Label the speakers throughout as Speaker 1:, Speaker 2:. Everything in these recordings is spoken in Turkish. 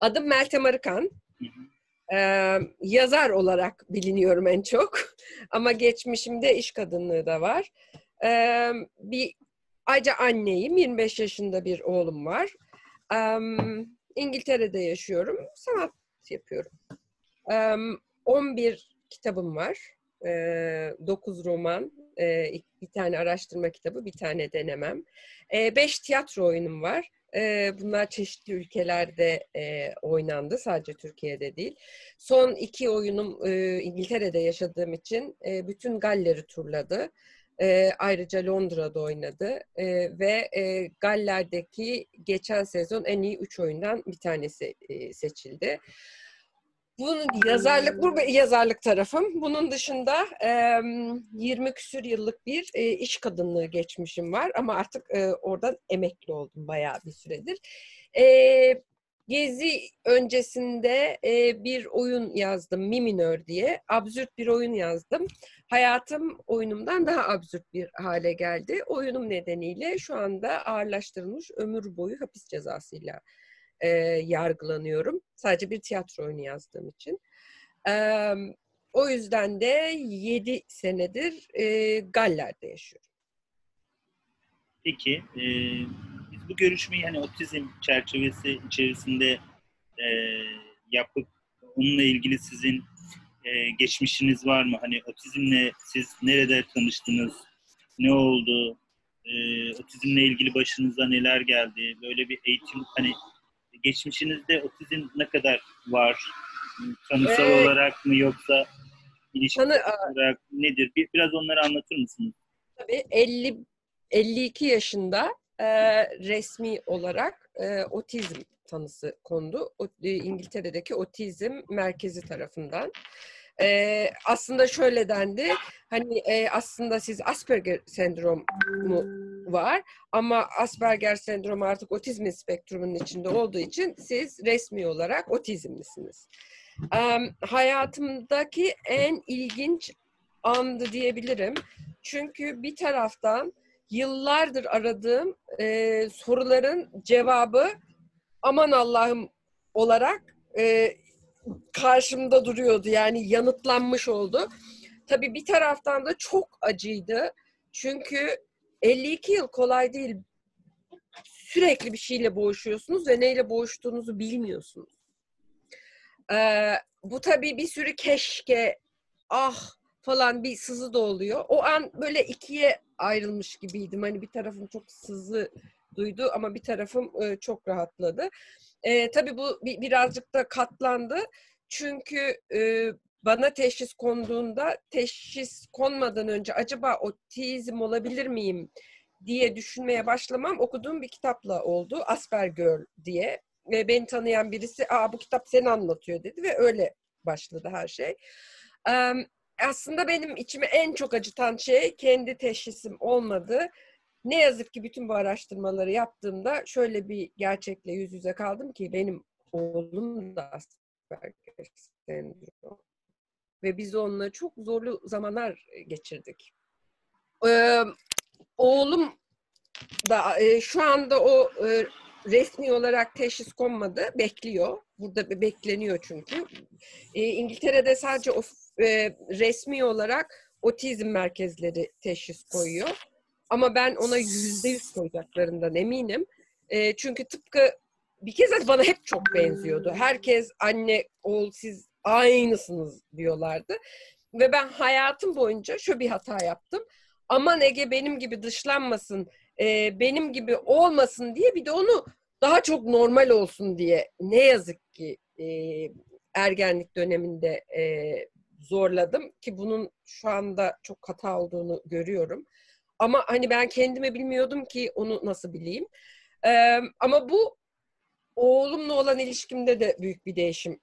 Speaker 1: Adım Meltem Arıkan. Yazar olarak biliniyorum en çok. Ama geçmişimde iş kadınlığı da var. Ayrıca anneyim. 25 yaşında bir oğlum var. İngiltere'de yaşıyorum. Sanat yapıyorum. 11 kitabım var. 9 roman, bir tane araştırma kitabı, bir tane denemem. 5 tiyatro oyunum var. Bunlar çeşitli ülkelerde oynandı. Sadece Türkiye'de değil. Son 2 oyunum İngiltere'de yaşadığım için bütün Galler'i turladı. Ayrıca Londra'da oynadı. Ve Galler'deki geçen sezon en iyi 3 oyundan bir tanesi seçildi. Bunun yazarlık tarafım. Bunun dışında 20 küsur yıllık bir iş kadınlığı geçmişim var. Ama artık oradan emekli oldum bayağı bir süredir. Gezi öncesinde bir oyun yazdım, Mi Minör diye. Absürt bir oyun yazdım. Hayatım oyunumdan daha absürt bir hale geldi. Oyunum nedeniyle şu anda ağırlaştırılmış ömür boyu hapis cezasıyla yargılanıyorum. Sadece bir tiyatro oyunu yazdığım için. O yüzden de 7 senedir Galler'de yaşıyorum.
Speaker 2: Peki, biz bu görüşmeyi hani otizm çerçevesi içerisinde yapıp onunla ilgili sizin geçmişiniz var mı? Hani otizmle siz nerede tanıştınız? Ne oldu? Otizmle ilgili başınıza neler geldi? Böyle bir eğitim, hani geçmişinizde otizm ne kadar var? Tanısal olarak mı yoksa ilişki olarak nedir? Biraz onları anlatır mısınız?
Speaker 1: Tabii 52 yaşında resmi olarak otizm tanısı kondu. İngiltere'deki otizm merkezi tarafından. Aslında şöyle dendi, hani aslında siz Asperger sendromu var ama Asperger sendromu artık otizm spektrumunun içinde olduğu için siz resmi olarak otizmlisiniz. Hayatımdaki en ilginç andı diyebilirim. Çünkü bir taraftan yıllardır aradığım soruların cevabı aman Allah'ım olarak karşımda duruyordu. Yani yanıtlanmış oldu. Tabii bir taraftan da çok acıydı. Çünkü 52 yıl kolay değil. Sürekli bir şeyle boğuşuyorsunuz ve neyle boğuştuğunuzu bilmiyorsunuz. Bu tabii bir sürü keşke, falan bir sızı da oluyor. O an böyle ikiye ayrılmış gibiydim. Hani bir tarafım çok sızı duydu ama bir tarafım çok rahatladı. Tabii bu birazcık da katlandı. Çünkü bana teşhis konduğunda, teşhis konmadan önce acaba otizm olabilir miyim diye düşünmeye başlamam okuduğum bir kitapla oldu. Asperger diye. Ve beni tanıyan birisi bu kitap seni anlatıyor dedi ve öyle başladı her şey. Aslında benim içimi en çok acıtan şey kendi teşhisim olmadı. Ne yazık ki bütün bu araştırmaları yaptığımda şöyle bir gerçekle yüz yüze kaldım ki benim oğlum da Asperger sendromu. Ve biz onunla çok zorlu zamanlar geçirdik. Oğlum da şu anda o resmi olarak teşhis konmadı. Bekliyor. Burada bekleniyor çünkü. İngiltere'de sadece resmi olarak otizm merkezleri teşhis koyuyor. Ama ben ona %100 koyacaklarından eminim. Çünkü tıpkı bir kez bana hep çok benziyordu. Herkes anne, oğul siz aynısınız diyorlardı. Ve ben hayatım boyunca şöyle bir hata yaptım. Aman Ege benim gibi dışlanmasın, benim gibi olmasın diye bir de onu daha çok normal olsun diye ne yazık ki ergenlik döneminde zorladım ki bunun şu anda çok hata olduğunu görüyorum. Ama hani ben kendimi bilmiyordum ki onu nasıl bileyim. Ama bu oğlumla olan ilişkimde de büyük bir değişim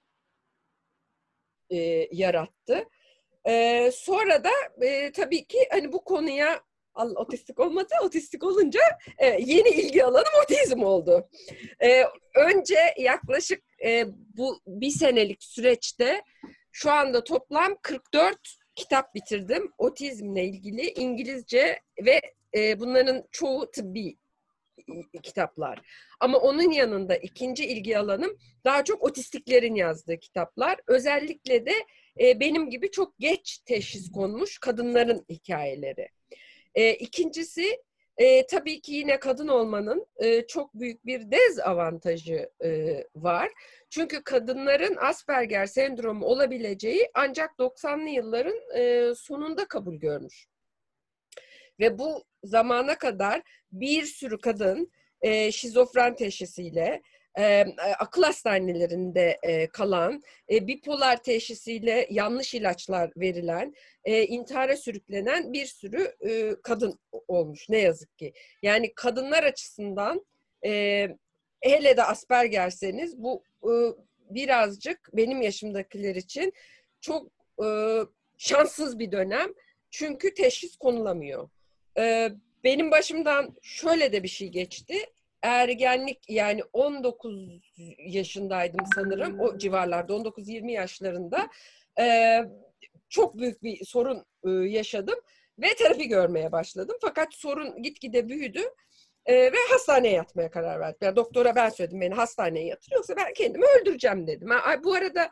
Speaker 1: yarattı. Sonra da tabii ki hani bu konuya otistik olmadı, otistik olunca yeni ilgi alanım otizm oldu. Önce yaklaşık bu bir senelik süreçte şu anda toplam 44 kitap bitirdim. Otizmle ilgili İngilizce ve bunların çoğu tıbbi kitaplar. Ama onun yanında ikinci ilgi alanım daha çok otistiklerin yazdığı kitaplar. Özellikle de benim gibi çok geç teşhis konmuş kadınların hikayeleri. İkincisi tabii ki yine kadın olmanın çok büyük bir dezavantajı var. Çünkü kadınların Asperger sendromu olabileceği ancak 90'lı yılların sonunda kabul görmüş. Ve bu zamana kadar bir sürü kadın şizofren teşhisiyle, akıl hastanelerinde kalan, bipolar teşhisiyle yanlış ilaçlar verilen, intihara sürüklenen bir sürü kadın olmuş ne yazık ki. Yani kadınlar açısından hele de Asperger'seniz bu birazcık benim yaşımdakiler için çok şanssız bir dönem. Çünkü teşhis konulamıyor. Benim başımdan şöyle de bir şey geçti. Ergenlik, yani 19 yaşındaydım sanırım, o civarlarda 19-20 yaşlarında çok büyük bir sorun yaşadım ve terapi görmeye başladım. Fakat sorun gitgide büyüdü ve hastaneye yatmaya karar verdim. Yani doktora ben söyledim, beni hastaneye yatır yoksa ben kendimi öldüreceğim dedim. Bu arada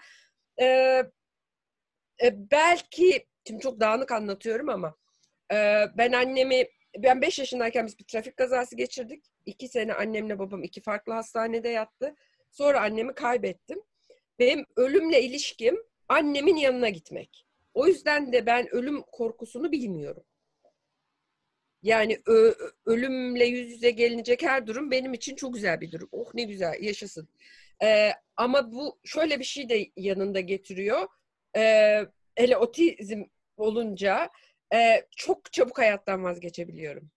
Speaker 1: belki şimdi çok dağınık anlatıyorum ama ben 5 yaşındayken biz bir trafik kazası geçirdik. 2 sene annemle babam 2 farklı hastanede yattı. Sonra annemi kaybettim. Benim ölümle ilişkim annemin yanına gitmek. O yüzden de ben ölüm korkusunu bilmiyorum. Yani ölümle yüz yüze gelinecek her durum benim için çok güzel bir durum. Oh ne güzel, yaşasın. Ama bu şöyle bir şey de yanında getiriyor. Hele otizm olunca çok çabuk hayattan vazgeçebiliyorum.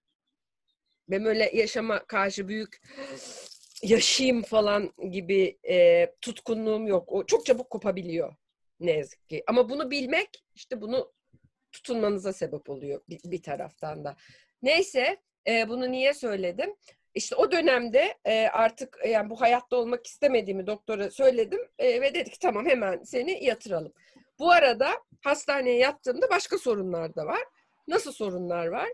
Speaker 1: Ben öyle yaşama karşı büyük yaşayayım falan gibi tutkunluğum yok. O çok çabuk kopabiliyor ne yazık ki. Ama bunu bilmek işte bunu tutunmanıza sebep oluyor bir taraftan da. Neyse bunu niye söyledim? İşte o dönemde artık yani bu hayatta olmak istemediğimi doktora söyledim ve dedi ki tamam hemen seni yatıralım. Bu arada hastaneye yattığımda başka sorunlar da var. Nasıl sorunlar var?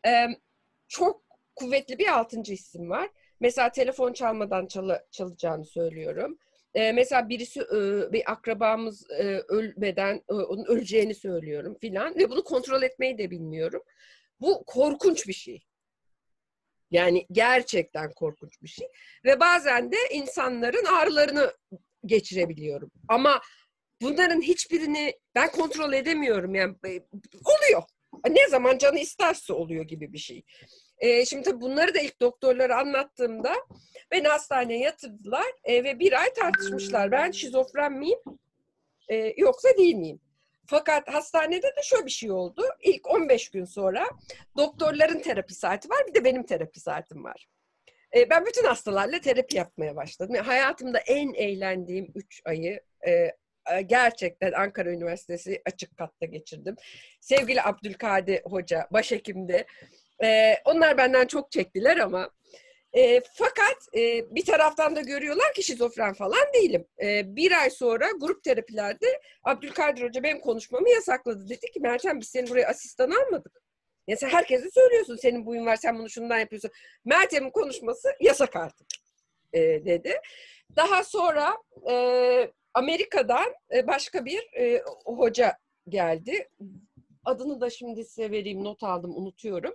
Speaker 1: Çok kuvvetli bir 6. hissim var. Mesela telefon çalmadan çalacağını söylüyorum. Mesela birisi bir akrabamız ölmeden onun öleceğini söylüyorum filan ve bunu kontrol etmeyi de bilmiyorum. Bu korkunç bir şey. Yani gerçekten korkunç bir şey. Ve bazen de insanların ağrılarını geçirebiliyorum. Ama bunların hiçbirini ben kontrol edemiyorum. Yani oluyor. Ne zaman canı isterse oluyor gibi bir şey. Şimdi tabii bunları da ilk doktorlara anlattığımda beni hastaneye yatırdılar ve 1 ay tartışmışlar. Ben şizofren miyim yoksa değil miyim? Fakat hastanede de şöyle bir şey oldu. İlk 15 gün sonra doktorların terapi saati var, bir de benim terapi saatim var. Ben bütün hastalarla terapi yapmaya başladım. Yani hayatımda en eğlendiğim 3 ayı gerçekten Ankara Üniversitesi Açık Kat'ta geçirdim. Sevgili Abdülkadir Hoca başhekimdi. Onlar benden çok çektiler ama fakat bir taraftan da görüyorlar ki şizofren falan değilim. 1 ay sonra grup terapilerde Abdülkadir Hoca benim konuşmamı yasakladı. Dedi ki Meltem biz seni buraya asistan almadık. Ya sen herkese söylüyorsun senin buyun var sen bunu şundan yapıyorsun. Meltem'in konuşması yasak artık dedi. Daha sonra Amerika'dan başka bir hoca geldi. Adını da şimdi size vereyim, not aldım unutuyorum.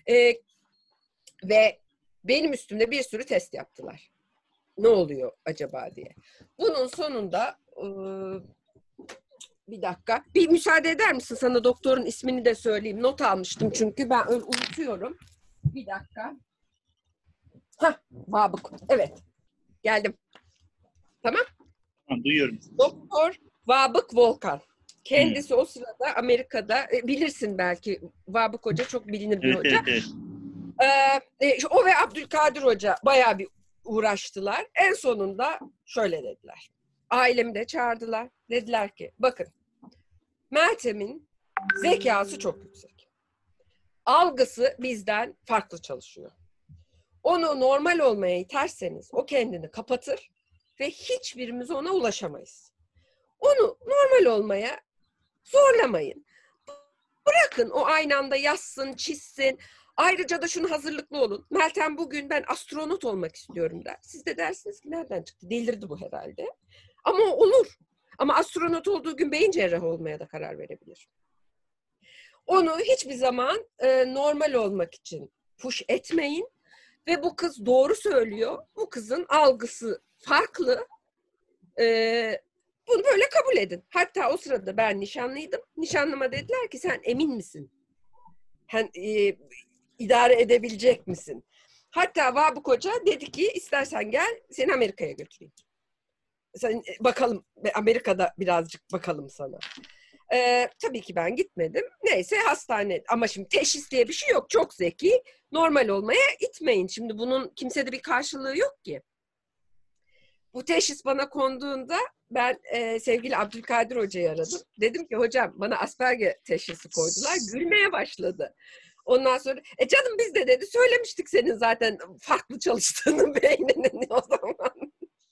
Speaker 1: Ve benim üstümde bir sürü test yaptılar. Ne oluyor acaba diye. Bunun sonunda bir dakika. Bir müsaade eder misin? Sana doktorun ismini de söyleyeyim. Not almıştım çünkü ben unutuyorum. Bir dakika. Vabık. Evet. Geldim. Tamam.
Speaker 2: Tamam, duyuyorum.
Speaker 1: Doktor Vabık Volkan. Kendisi o sırada Amerika'da bilirsin belki Vabık Hoca çok bilinir bir hoca.
Speaker 2: Evet.
Speaker 1: O ve Abdülkadir Hoca bayağı bir uğraştılar. En sonunda şöyle dediler. Ailemi de çağırdılar. Dediler ki bakın Meltem'in zekası çok yüksek. Algısı bizden farklı çalışıyor. Onu normal olmaya iterseniz o kendini kapatır ve hiçbirimiz ona ulaşamayız. Onu normal olmaya zorlamayın. Bırakın o aynı anda yazsın, çizsin. Ayrıca da şunu hazırlıklı olun. Meltem bugün ben astronot olmak istiyorum der. Siz de dersiniz ki nereden çıktı? Delirdi bu herhalde. Ama o olur. Ama astronot olduğu gün beyin cerrahı olmaya da karar verebilir. Onu hiçbir zaman normal olmak için push etmeyin. Ve bu kız doğru söylüyor. Bu kızın algısı farklı. Bunu böyle kabul edin. Hatta o sırada ben nişanlıydım. Nişanlıma dediler ki sen emin misin? İdare edebilecek misin? Hatta Vahap Hoca dedi ki istersen gel seni Amerika'ya götüreyim. Sen bakalım Amerika'da birazcık bakalım sana. Tabii ki ben gitmedim. Neyse hastane ama şimdi teşhis diye bir şey yok. Çok zeki. Normal olmaya itmeyin. Şimdi bunun kimsede bir karşılığı yok ki. Bu teşhis bana konduğunda ben sevgili Abdülkadir Hoca'yı aradım. Dedim ki hocam bana Asperger teşhisi koydular. Gülmeye başladı. Ondan sonra canım biz de dedi söylemiştik senin zaten farklı çalıştığını beyninin o zaman.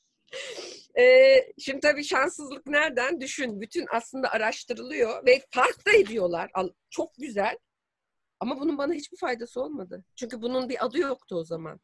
Speaker 1: Şimdi tabii şanssızlık nereden? Düşün. Bütün aslında araştırılıyor ve fark da ediyorlar. Çok güzel. Ama bunun bana hiçbir faydası olmadı. Çünkü bunun bir adı yoktu o zaman.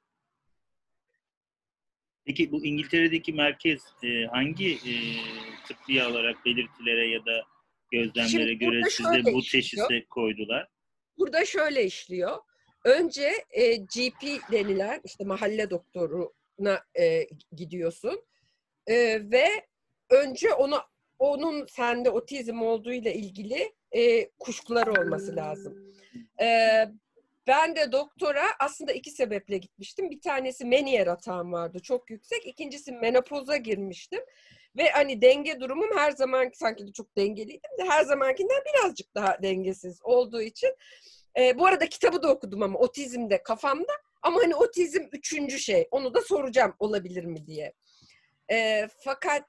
Speaker 2: Peki bu İngiltere'deki merkez hangi tıbbi olarak belirtilere ya da gözlemlere göre size bu teşhisi koydular?
Speaker 1: Burada şöyle işliyor. Önce GP denilen işte mahalle doktoruna gidiyorsun ve önce onun sende otizm olduğuyla ilgili kuşkular olması lazım. Ben de doktora aslında 2 sebeple gitmiştim. Bir tanesi Meniere atağım vardı çok yüksek. İkincisi menopoza girmiştim. Ve hani denge durumum her zamanki sanki de çok dengeliydim de her zamankinden birazcık daha dengesiz olduğu için. Bu arada kitabı da okudum ama otizm de kafamda. Ama hani otizm 3. şey. Onu da soracağım olabilir mi diye. Fakat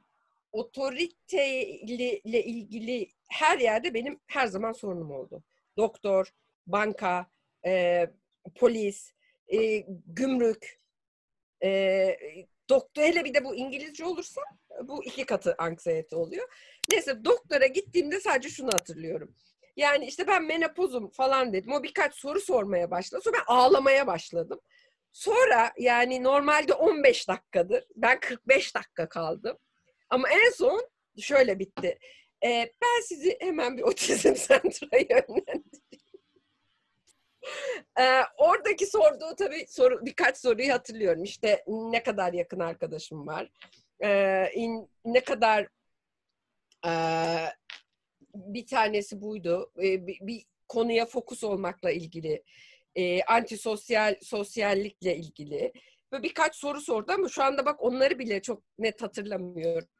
Speaker 1: otoriteyle ilgili her yerde benim her zaman sorunum oldu. Doktor, banka, polis, gümrük, doktor hele bir de bu İngilizce olursa bu 2 katı anksiyete oluyor. Neyse doktora gittiğimde sadece şunu hatırlıyorum. Yani işte ben menopozum falan dedim. O birkaç soru sormaya başladı. Sonra ben ağlamaya başladım. Sonra yani normalde 15 dakikadır. Ben 45 dakika kaldım. Ama en son şöyle bitti. Ben sizi hemen bir otizm sentraya yönlendireyim. Oradaki sorduğu tabii birkaç soruyu hatırlıyorum. İşte ne kadar yakın arkadaşım var, ne kadar bir tanesi buydu. Bir konuya fokus olmakla ilgili, sosyallikle ilgili. Ve birkaç soru sordu ama şu anda bak onları bile çok net hatırlamıyorum.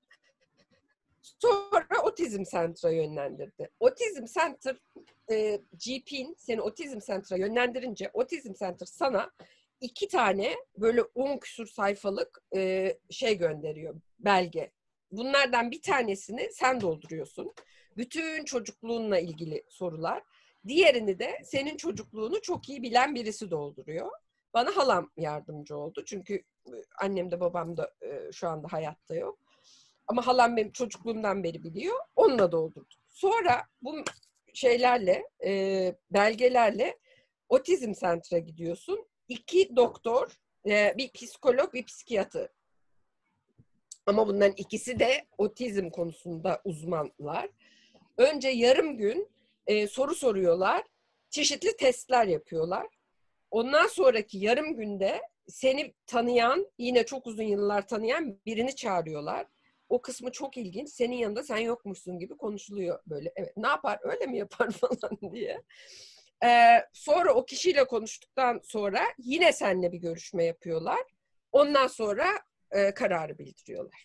Speaker 1: Sonra Otizm Center'a yönlendirdi. Otizm Center, GP'in seni Otizm Center'a yönlendirince Otizm Center sana 2 tane böyle 10 küsur sayfalık şey gönderiyor, belge. Bunlardan bir tanesini sen dolduruyorsun. Bütün çocukluğunla ilgili sorular. Diğerini de senin çocukluğunu çok iyi bilen birisi dolduruyor. Bana halam yardımcı oldu. Çünkü annem de babam da şu anda hayatta yok. Ama halam benim çocukluğumdan beri biliyor. Onunla doldurduk. Sonra bu şeylerle, belgelerle Otizm Center'a gidiyorsun. 2 doktor, bir psikolog, bir psikiyatr. Ama bunların ikisi de otizm konusunda uzmanlar. Önce yarım gün soru soruyorlar. Çeşitli testler yapıyorlar. Ondan sonraki yarım günde seni tanıyan, yine çok uzun yıllar tanıyan birini çağırıyorlar. O kısmı çok ilginç. Senin yanında sen yokmuşsun gibi konuşuluyor böyle. Evet, ne yapar, öyle mi yapar falan diye. Sonra o kişiyle konuştuktan sonra yine seninle bir görüşme yapıyorlar. Ondan sonra kararı bildiriyorlar.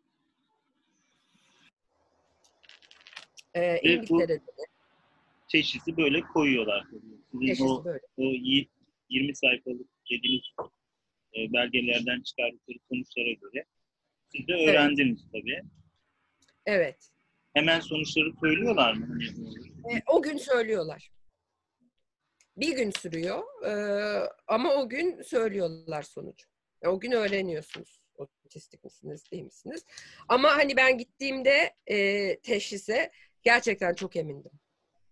Speaker 1: İngiltere'de
Speaker 2: teşhisi böyle koyuyorlar. Sizin o 20 sayfalık dediğiniz belgelerden çıkardıkları sonuçlara göre siz de öğrendiniz tabii.
Speaker 1: Evet.
Speaker 2: Hemen sonuçları söylüyorlar mı?
Speaker 1: O gün söylüyorlar. Bir gün sürüyor ama o gün söylüyorlar sonucu. O gün öğreniyorsunuz otistik misiniz, değil misiniz? Ama hani ben gittiğimde teşhise gerçekten çok emindim.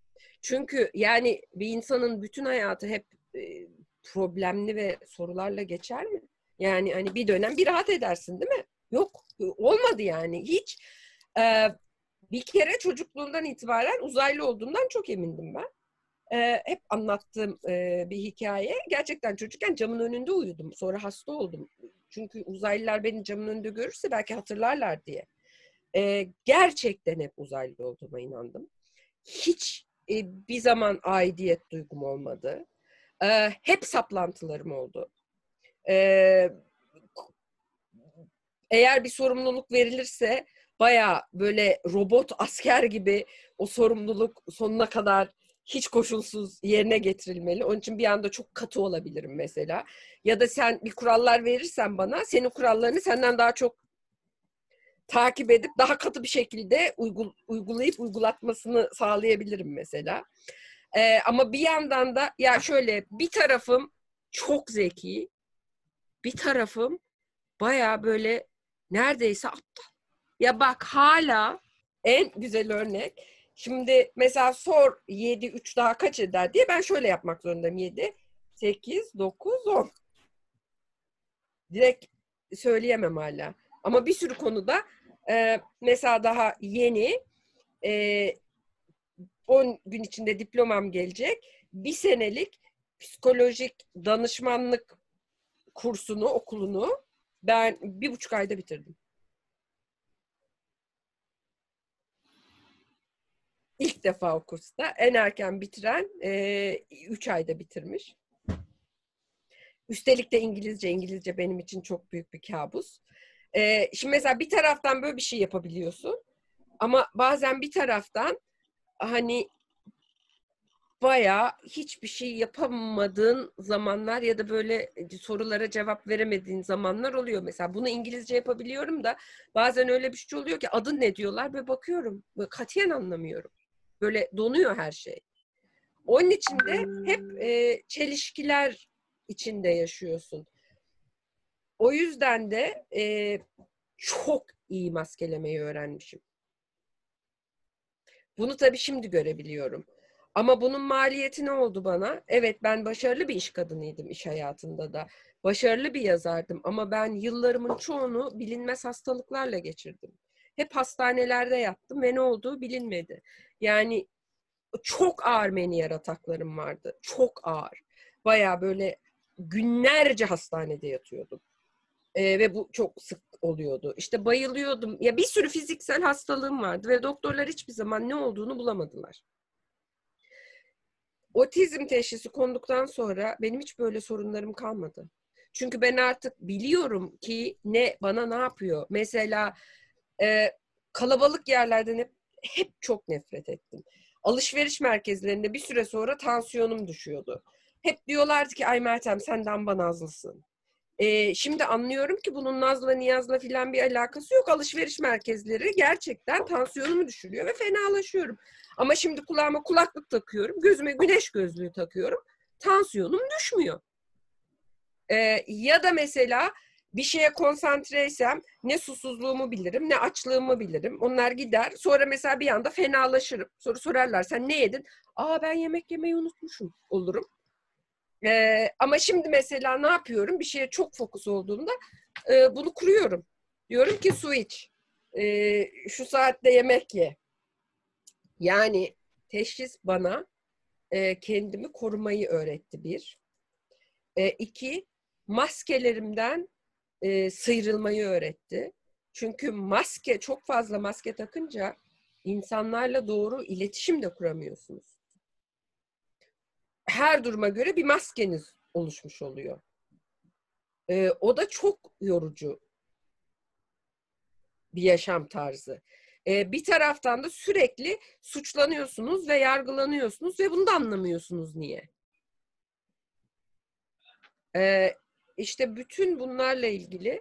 Speaker 1: Çünkü yani bir insanın bütün hayatı hep problemli ve sorularla geçer mi? Yani hani bir dönem bir rahat edersin değil mi? Yok, olmadı yani hiç. Bir kere çocukluğumdan itibaren uzaylı olduğundan çok emindim ben. Hep anlattığım bir hikaye. Gerçekten çocukken camın önünde uyudum. Sonra hasta oldum. Çünkü uzaylılar beni camın önünde görürse belki hatırlarlar diye. Gerçekten hep uzaylı olduğuma inandım. Hiç bir zaman aidiyet duygum olmadı. Hep saplantılarım oldu. Ee, Eğer bir sorumluluk verilirse bayağı böyle robot asker gibi o sorumluluk sonuna kadar hiç koşulsuz yerine getirilmeli. Onun için bir anda çok katı olabilirim mesela. Ya da sen bir kurallar verirsen bana, senin kurallarını senden daha çok takip edip daha katı bir şekilde uygulayıp uygulatmasını sağlayabilirim mesela. Ama bir yandan da ya şöyle bir tarafım çok zeki, bir tarafım bayağı böyle neredeyse aptal. Ya bak hala en güzel örnek. Şimdi mesela sor 7, 3 daha kaç eder diye ben şöyle yapmak zorundayım. 7, 8, 9, 10. Direkt söyleyemem hala. Ama bir sürü konuda mesela daha yeni 10 gün içinde diplomam gelecek. Bir senelik psikolojik danışmanlık kursunu, okulunu ben 1,5 ayda bitirdim. İlk defa o kursta. En erken bitiren 3 ayda bitirmiş. Üstelik de İngilizce. İngilizce benim için çok büyük bir kabus. Şimdi mesela bir taraftan böyle bir şey yapabiliyorsun. Ama bazen bir taraftan hani bayağı hiçbir şey yapamadığın zamanlar ya da böyle sorulara cevap veremediğin zamanlar oluyor. Mesela bunu İngilizce yapabiliyorum da bazen öyle bir şey oluyor ki adın ne diyorlar ve bakıyorum. Böyle katiyen anlamıyorum. Böyle donuyor her şey. Onun için de hep çelişkiler içinde yaşıyorsun. O yüzden de çok iyi maskelemeyi öğrenmişim. Bunu tabii şimdi görebiliyorum. Ama bunun maliyeti ne oldu bana? Evet, ben başarılı bir iş kadınıydım iş hayatında da. Başarılı bir yazardım ama ben yıllarımın çoğunu bilinmez hastalıklarla geçirdim. Hep hastanelerde yattım ve ne olduğu bilinmedi. Yani çok ağır meniyel ataklarım vardı. Çok ağır. Baya böyle günlerce hastanede yatıyordum. Ve bu çok sık oluyordu. İşte bayılıyordum. Ya bir sürü fiziksel hastalığım vardı ve doktorlar hiçbir zaman ne olduğunu bulamadılar. Otizm teşhisi konduktan sonra benim hiç böyle sorunlarım kalmadı. Çünkü ben artık biliyorum ki bana ne yapıyor. Mesela kalabalık yerlerden hep çok nefret ettim. Alışveriş merkezlerinde bir süre sonra tansiyonum düşüyordu. Hep diyorlardı ki ay Meltem sen damba nazlısın. Şimdi anlıyorum ki bunun nazla niyazla filan bir alakası yok. Alışveriş merkezleri gerçekten tansiyonumu düşürüyor ve fenalaşıyorum. Ama şimdi kulağıma kulaklık takıyorum, gözüme güneş gözlüğü takıyorum. Tansiyonum düşmüyor. Ya da mesela bir şeye konsantreysem ne susuzluğumu bilirim ne açlığımı bilirim. Onlar gider. Sonra mesela bir anda fenalaşırım. Sonra sorarlar sen ne yedin? Aa ben yemek yemeyi unutmuşum olurum. Ama şimdi mesela ne yapıyorum? Bir şeye çok fokus olduğumda bunu kuruyorum. Diyorum ki su iç. Şu saatte yemek ye. Yani teşhis bana kendimi korumayı öğretti bir. İki, maskelerimden sıyrılmayı öğretti. Çünkü çok fazla maske takınca insanlarla doğru iletişim de kuramıyorsunuz. Her duruma göre bir maskeniz oluşmuş oluyor. O da çok yorucu bir yaşam tarzı. Bir taraftan da sürekli suçlanıyorsunuz ve yargılanıyorsunuz ve bunu da anlamıyorsunuz niye. İşte bütün bunlarla ilgili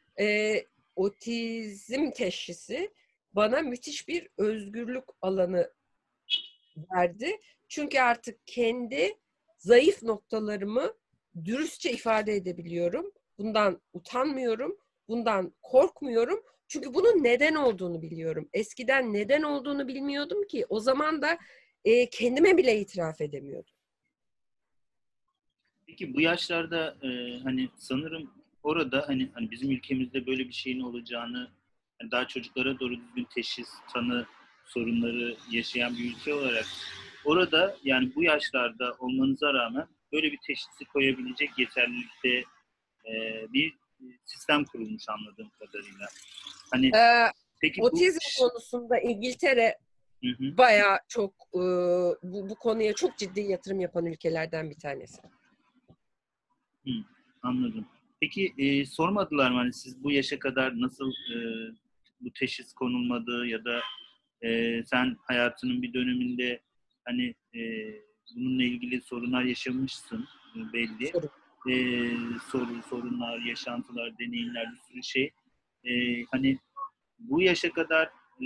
Speaker 1: otizm teşhisi bana müthiş bir özgürlük alanı verdi. Çünkü artık kendi zayıf noktalarımı dürüstçe ifade edebiliyorum. Bundan utanmıyorum, bundan korkmuyorum. Çünkü bunun neden olduğunu biliyorum. Eskiden neden olduğunu bilmiyordum ki. O zaman da kendime bile itiraf edemiyordum.
Speaker 2: Peki bu yaşlarda hani sanırım orada hani bizim ülkemizde böyle bir şeyin olacağını, hani daha çocuklara doğru düzgün teşhis, tanı sorunları yaşayan bir ülke olarak orada yani bu yaşlarda olmanıza rağmen böyle bir teşhisi koyabilecek yeterlilikte bir sistem kurulmuş anladığım kadarıyla. Hani
Speaker 1: Ee,
Speaker 2: peki bu
Speaker 1: Otizm konusunda İngiltere
Speaker 2: hı hı,
Speaker 1: bayağı çok bu konuya çok ciddi yatırım yapan ülkelerden bir tanesi.
Speaker 2: hı, anladım. Peki sormadılar mı hani siz bu yaşa kadar nasıl bu teşhis konulmadı ya da sen hayatının bir döneminde hani bununla ilgili sorunlar yaşamışsın belli.
Speaker 1: Sorun.
Speaker 2: E, sorunlar, yaşantılar, deneyimler bir sürü şey. Hani bu yaşa kadar e,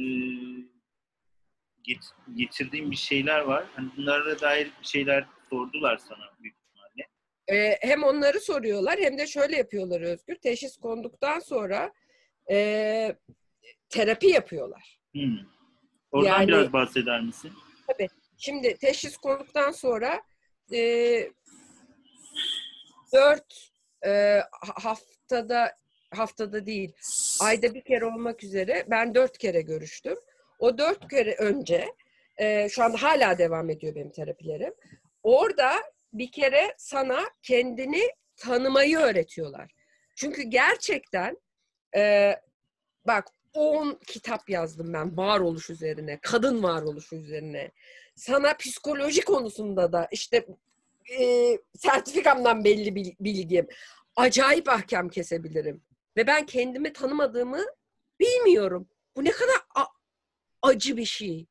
Speaker 2: getirdiğim bir şeyler var. Hani bunlara dair bir şeyler sordular sana büyük ihtimalle.
Speaker 1: Hem onları soruyorlar hem de şöyle yapıyorlar Özgür. Teşhis konduktan sonra e, terapi yapıyorlar.
Speaker 2: Hmm. Oradan
Speaker 1: Yani
Speaker 2: biraz bahseder misin?
Speaker 1: tabii şimdi teşhis konduktan sonra e, 4 haftada değil, ayda bir kere olmak üzere ben 4 kere görüştüm. O 4 kere önce şu anda hala devam ediyor benim terapilerim. Orada bir kere sana kendini tanımayı öğretiyorlar. Çünkü gerçekten e, bak 10 kitap yazdım ben varoluş üzerine, kadın varoluşu üzerine. Sana psikoloji konusunda da işte sertifikamdan belli bilgim. Acayip ahkam kesebilirim. Ve ben kendimi tanımadığımı bilmiyorum. Bu ne kadar acı bir şey.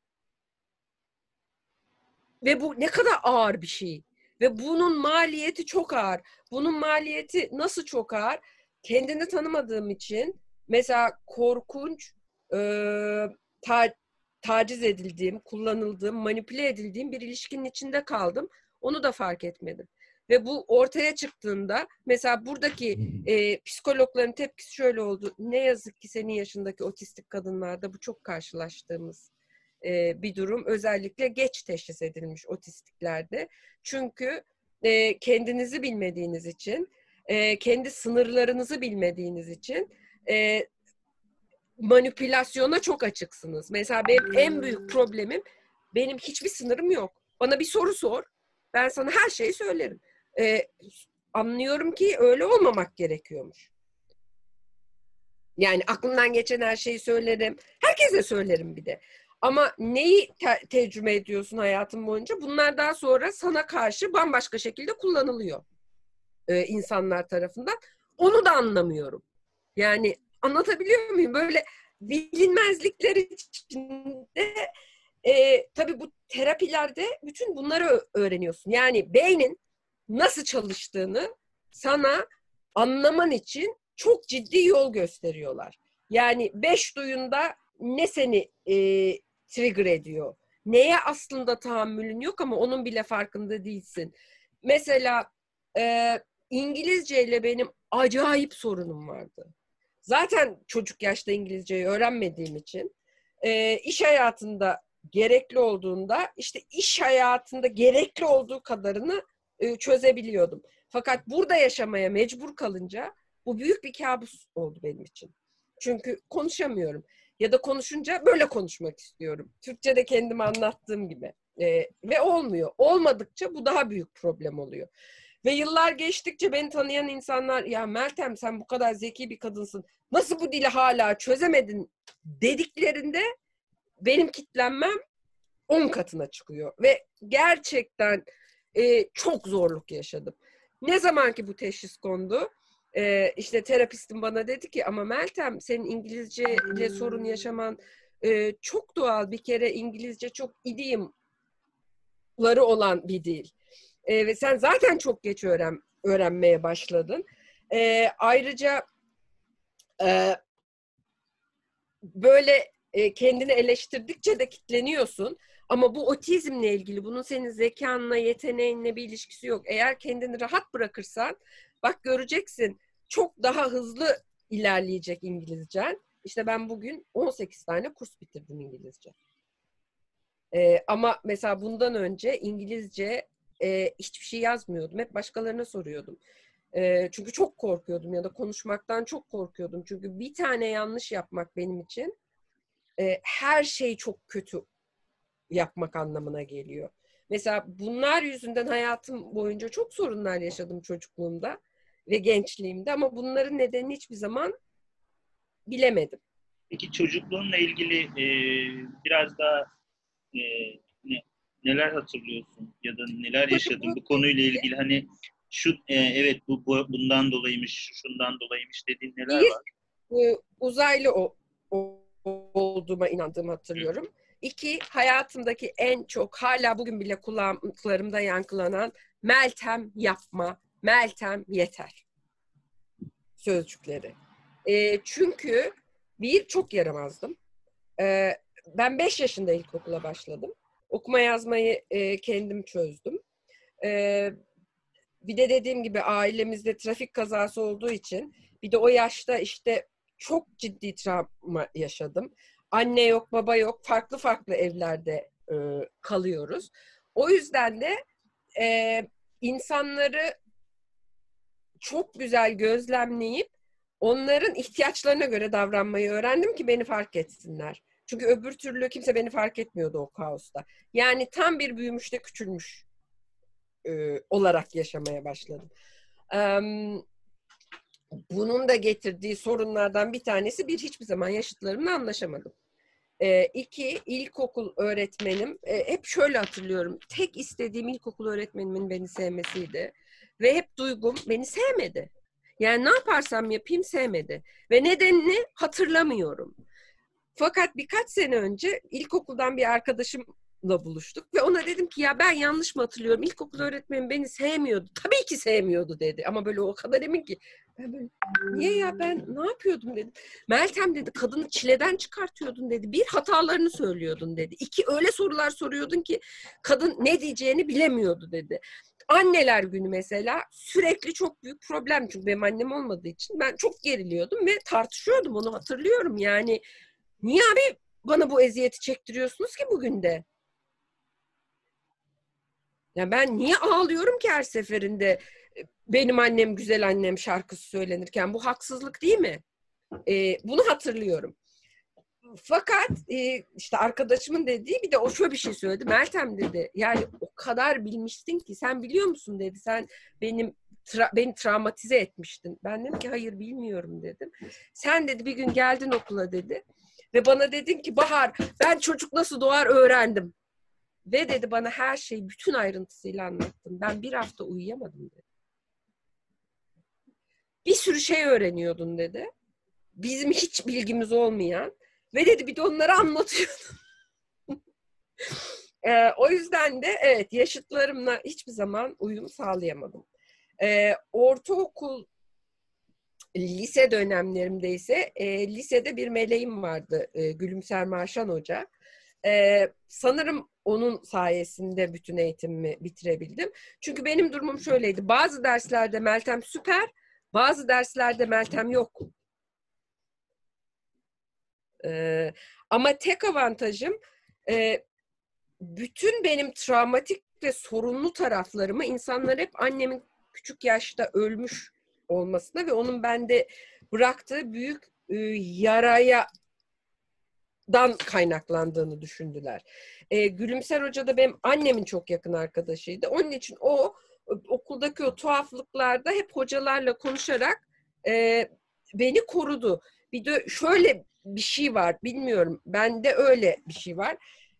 Speaker 1: Ve bu ne kadar ağır bir şey. Ve bunun maliyeti çok ağır. Bunun maliyeti nasıl çok ağır? Kendini tanımadığım için mesela korkunç e, ta, taciz edildiğim, kullanıldığım, manipüle edildiğim bir ilişkinin içinde kaldım. Onu da fark etmedim. Ve bu ortaya çıktığında mesela buradaki psikologların tepkisi şöyle oldu. Ne yazık ki senin yaşındaki otistik kadınlarda bu çok karşılaştığımız bir durum. Özellikle geç teşhis edilmiş otistiklerde. Çünkü kendinizi bilmediğiniz için, kendi sınırlarınızı bilmediğiniz için manipülasyona çok açıksınız. Mesela benim en büyük problemim benim hiçbir sınırım yok. Bana bir soru sor. Ben sana her şeyi söylerim. Anlıyorum ki öyle olmamak gerekiyormuş. Yani aklımdan geçen her şeyi söylerim. Herkese söylerim bir de. Ama neyi tecrübe ediyorsun hayatın boyunca? Bunlar daha sonra sana karşı bambaşka şekilde kullanılıyor insanlar tarafından. Onu da anlamıyorum. Yani anlatabiliyor muyum? Böyle bilinmezlikler içinde tabii bu terapilerde bütün bunları öğreniyorsun. Yani beynin nasıl çalıştığını sana anlaman için çok ciddi yol gösteriyorlar. Yani 5 duyunda ne seni trigger ediyor? Neye aslında tahammülün yok ama onun bile farkında değilsin. Mesela İngilizce ile benim acayip sorunum vardı. Zaten çocuk yaşta İngilizceyi öğrenmediğim için iş hayatında gerekli olduğunda işte iş hayatında gerekli olduğu kadarını çözebiliyordum. Fakat burada yaşamaya mecbur kalınca bu büyük bir kabus oldu benim için. Çünkü konuşamıyorum. Ya da konuşunca böyle konuşmak istiyorum. Türkçe'de kendime anlattığım gibi. Ve olmuyor. Olmadıkça bu daha büyük problem oluyor. Ve yıllar geçtikçe beni tanıyan insanlar ya Meltem sen bu kadar zeki bir kadınsın. Nasıl bu dili hala çözemedin dediklerinde benim kitlenmem 10 katına çıkıyor. Ve gerçekten çok zorluk yaşadım. Ne zaman ki bu teşhis kondu, işte terapistim bana dedi ki ama Meltem senin İngilizce ile sorun yaşaman çok doğal. Bir kere İngilizce çok idiomları olan bir dil. Ve sen zaten çok geç öğrenmeye başladın. Ayrıca böyle kendini eleştirdikçe de kitleniyorsun. Ama bu otizmle ilgili bunun senin zekanla, yeteneğinle bir ilişkisi yok. Eğer kendini rahat bırakırsan bak göreceksin çok daha hızlı ilerleyecek İngilizcen. İşte ben bugün 18 tane kurs bitirdim İngilizce. Ama mesela bundan önce İngilizce hiçbir şey yazmıyordum. Hep başkalarına soruyordum. Çünkü çok korkuyordum ya da konuşmaktan çok korkuyordum. Çünkü bir tane yanlış yapmak benim için her şey çok kötü yapmak anlamına geliyor. Mesela bunlar yüzünden hayatım boyunca çok sorunlar yaşadım çocukluğumda ve gençliğimde ama bunların nedenini hiçbir zaman bilemedim.
Speaker 2: Peki çocukluğunla ilgili biraz daha e, neler hatırlıyorsun ya da neler yaşadın bu
Speaker 1: Çocukluğumla
Speaker 2: konuyla
Speaker 1: ilgili
Speaker 2: ilgili hani şu evet bundan dolayıymış, şundan dolayıymış dediğin neler
Speaker 1: bir
Speaker 2: var?
Speaker 1: uzaylı olduğuma inandığımı hatırlıyorum. İki, hayatımdaki en çok hala bugün bile kulaklarımda yankılanan Meltem yapma, Meltem yeter sözcükleri. Çünkü bir, çok yaramazdım. Ben 5 yaşında ilkokula başladım. Okuma yazmayı kendim çözdüm. Ee, Bir de dediğim gibi ailemizde trafik kazası olduğu için bir de o yaşta işte çok ciddi travma yaşadım. Anne yok, baba yok. Farklı farklı evlerde kalıyoruz. O yüzden de insanları çok güzel gözlemleyip onların ihtiyaçlarına göre davranmayı öğrendim ki beni fark etsinler. Çünkü öbür türlü kimse beni fark etmiyordu o kaosta. Yani tam bir büyümüş de küçülmüş olarak yaşamaya başladım. Bunun da getirdiği sorunlardan bir tanesi bir hiçbir zaman yaşıtlarımla anlaşamadım. İki, ilkokul öğretmenim, hep şöyle hatırlıyorum, tek istediğim ilkokul öğretmenimin beni sevmesiydi. Ve hep duygum beni sevmedi. Yani ne yaparsam yapayım sevmedi. Ve nedenini hatırlamıyorum. Fakat birkaç sene önce ilkokuldan bir arkadaşımla buluştuk ve ona dedim ki ya ben yanlış mı hatırlıyorum? İlkokul öğretmenim beni sevmiyordu. Tabii ki sevmiyordu dedi ama böyle o kadar emin ki. Ben böyle niye ya ben ne yapıyordum dedim. Meltem dedi kadını çileden çıkartıyordun dedi. Bir hatalarını söylüyordun dedi. İki öyle sorular soruyordun ki kadın ne diyeceğini bilemiyordu dedi. Anneler günü mesela sürekli çok büyük problem çünkü benim annem olmadığı için ben çok geriliyordum ve tartışıyordum onu hatırlıyorum yani. Niye abi bana bu eziyeti çektiriyorsunuz ki bugün de? Ya ben niye ağlıyorum ki her seferinde benim annem güzel annem şarkısı söylenirken bu haksızlık değil mi? Bunu hatırlıyorum. Fakat işte arkadaşımın dediği bir de o şöyle bir şey söyledi. Meltem dedi yani o kadar bilmiştin ki sen biliyor musun dedi. Sen beni travmatize etmiştin. Ben dedim ki hayır bilmiyorum dedim. Sen dedi bir gün geldin okula dedi. Ve bana dedin ki Bahar ben çocuk nasıl doğar öğrendim. Ve dedi bana her şeyi bütün ayrıntısıyla anlattın. Ben bir hafta uyuyamadım dedi. Bir sürü şey öğreniyordun dedi. Bizim hiç bilgimiz olmayan. Ve dedi bir de onları anlatıyordun. O yüzden de evet yaşıtlarımla hiçbir zaman uyum sağlayamadım. Ortaokul, lise dönemlerimde ise lisede bir meleğim vardı. Gülümser Marşan Hoca. Sanırım onun sayesinde bütün eğitimimi bitirebildim. Çünkü benim durumum şöyleydi. Bazı derslerde Meltem süper, bazı derslerde Meltem yok. Ama tek avantajım bütün benim travmatik ve sorunlu taraflarımı insanlar hep annemin küçük yaşta ölmüş olmasına ve onun bende bıraktığı büyük yaraya dan kaynaklandığını düşündüler. Gülümser Hoca da benim annemin çok yakın arkadaşıydı. Onun için o okuldaki o tuhaflıklarda hep hocalarla konuşarak beni korudu. Bir de şöyle bir şey var, bilmiyorum. Bende öyle bir şey var.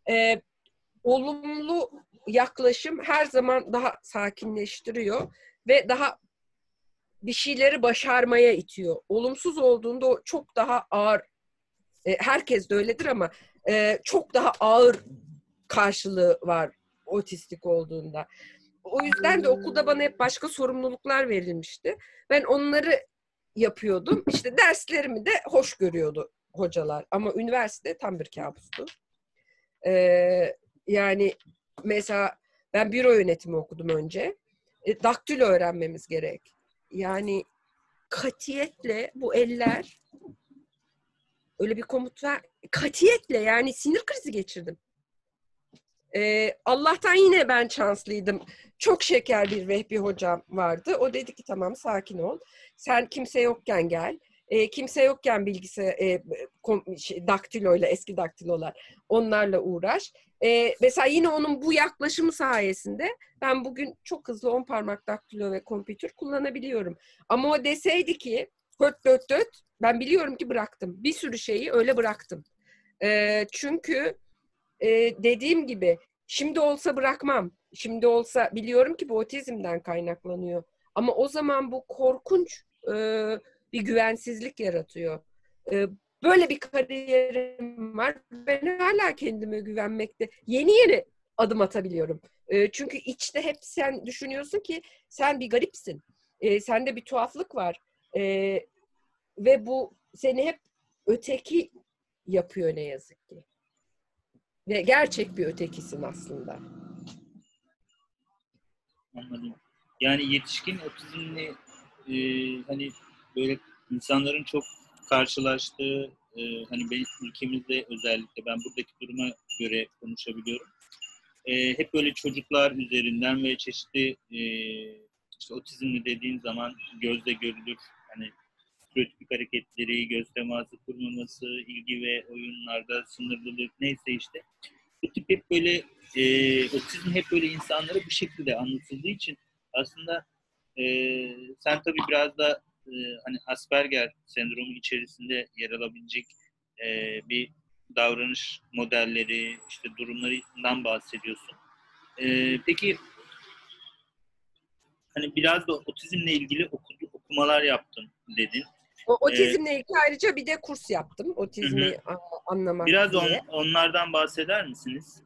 Speaker 1: Olumlu yaklaşım her zaman daha sakinleştiriyor ve daha bir şeyleri başarmaya itiyor. Olumsuz olduğunda o çok daha ağır, herkes de öyledir ama çok daha ağır karşılığı var otistik olduğunda. O yüzden de okulda bana hep başka sorumluluklar verilmişti. Ben onları yapıyordum. İşte derslerimi de hoş görüyordu hocalar. Ama üniversite tam bir kabustu. Yani mesela ben büro yönetimi okudum önce. Daktilo öğrenmemiz gerek. Yani katiyetle bu eller öyle bir komut ver. Katiyetle yani sinir krizi geçirdim. Allah'tan yine ben şanslıydım. Çok şeker bir Vehbi hocam vardı. O dedi ki tamam sakin ol. Sen kimse yokken gel. Kimse yokken daktiloyla, eski daktilolar onlarla uğraş. Mesela yine onun bu yaklaşımı sayesinde ben bugün çok hızlı 10 parmak daktilo ve kompütür kullanabiliyorum. Ama o deseydi ki höt döt döt, ben biliyorum ki bıraktım. Bir sürü şeyi öyle bıraktım. Çünkü dediğim gibi şimdi olsa bırakmam. Şimdi olsa biliyorum ki bu otizmden kaynaklanıyor. Ama o zaman bu korkunç bir güvensizlik yaratıyor. E, Böyle bir kariyerim var. Ben hala kendime güvenmekte yeni yeni adım atabiliyorum. Çünkü içte hep sen düşünüyorsun ki sen bir garipsin. Sende bir tuhaflık var. E, Ve bu seni hep öteki yapıyor ne yazık ki. Ve gerçek bir ötekisin aslında.
Speaker 2: Anladım. Yani yetişkin otizmli hani böyle insanların çok karşılaştığı hani benim ülkemizde özellikle ben buradaki duruma göre konuşabiliyorum. Hep böyle çocuklar üzerinden ve çeşitli işte otizmli dediğin zaman gözle görülür hani stereotipik hareketleri, göz teması kurmaması, ilgi ve oyunlarda sınırlılık neyse işte bu tip hep böyle otizm hep böyle insanlara bu şekilde anlatıldığı için aslında e, sen tabii biraz da hani Asperger sendromu içerisinde yer alabilecek bir davranış modelleri, işte durumlarından bahsediyorsun. Peki hani biraz da otizmle ilgili okumalar yaptın dedin.
Speaker 1: O
Speaker 2: E,
Speaker 1: otizmle ilgili ayrıca bir de kurs yaptım.
Speaker 2: hı hı.
Speaker 1: Otizmi anlamak
Speaker 2: Biraz
Speaker 1: diye.
Speaker 2: onlardan bahseder misiniz?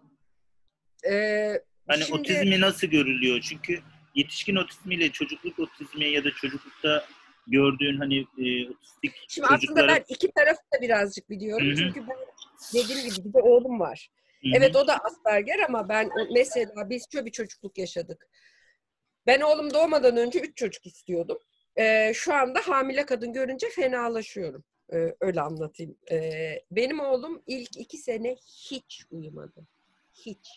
Speaker 2: Hani
Speaker 1: Şimdi
Speaker 2: otizmi nasıl görülüyor? Çünkü yetişkin otizmiyle çocukluk otizmi ya da çocuklukta gördüğün hani otistik
Speaker 1: Şimdi aslında
Speaker 2: çocukları.
Speaker 1: ben iki tarafı da birazcık
Speaker 2: Hı
Speaker 1: biliyorum.
Speaker 2: hı,
Speaker 1: Çünkü ben dediğim gibi bir de oğlum var.
Speaker 2: hı hı,
Speaker 1: Evet o da Asperger ama mesela biz şöyle bir çocukluk yaşadık. Ben oğlum doğmadan önce 3 çocuk istiyordum. Şu anda hamile kadın görünce fenalaşıyorum. Öyle anlatayım. Benim oğlum ilk 2 sene hiç uyumadı. Hiç.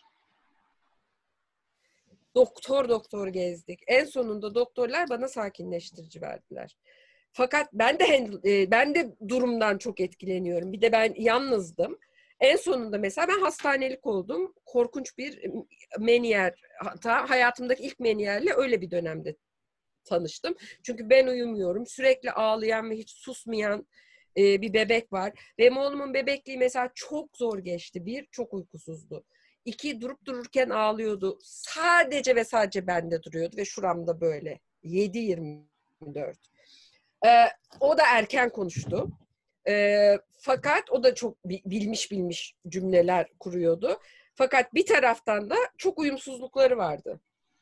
Speaker 1: Doktor doktor gezdik. En sonunda doktorlar bana sakinleştirici verdiler. Fakat ben de durumdan çok etkileniyorum. Bir de ben yalnızdım. En sonunda mesela ben hastanelik oldum. Korkunç bir meniyer, hatta hayatımdaki ilk meniyerle öyle bir dönemde tanıştım. Çünkü ben uyumuyorum. Sürekli ağlayan ve hiç susmayan bir bebek var. Benim oğlumun bebekliği mesela çok zor geçti. Bir, çok uykusuzdu. İki, durup dururken ağlıyordu. Sadece ve sadece bende duruyordu ve şuramda böyle. 7-24. Ee, O da erken konuştu. Fakat o da çok bilmiş cümleler kuruyordu. Fakat bir taraftan da çok uyumsuzlukları vardı.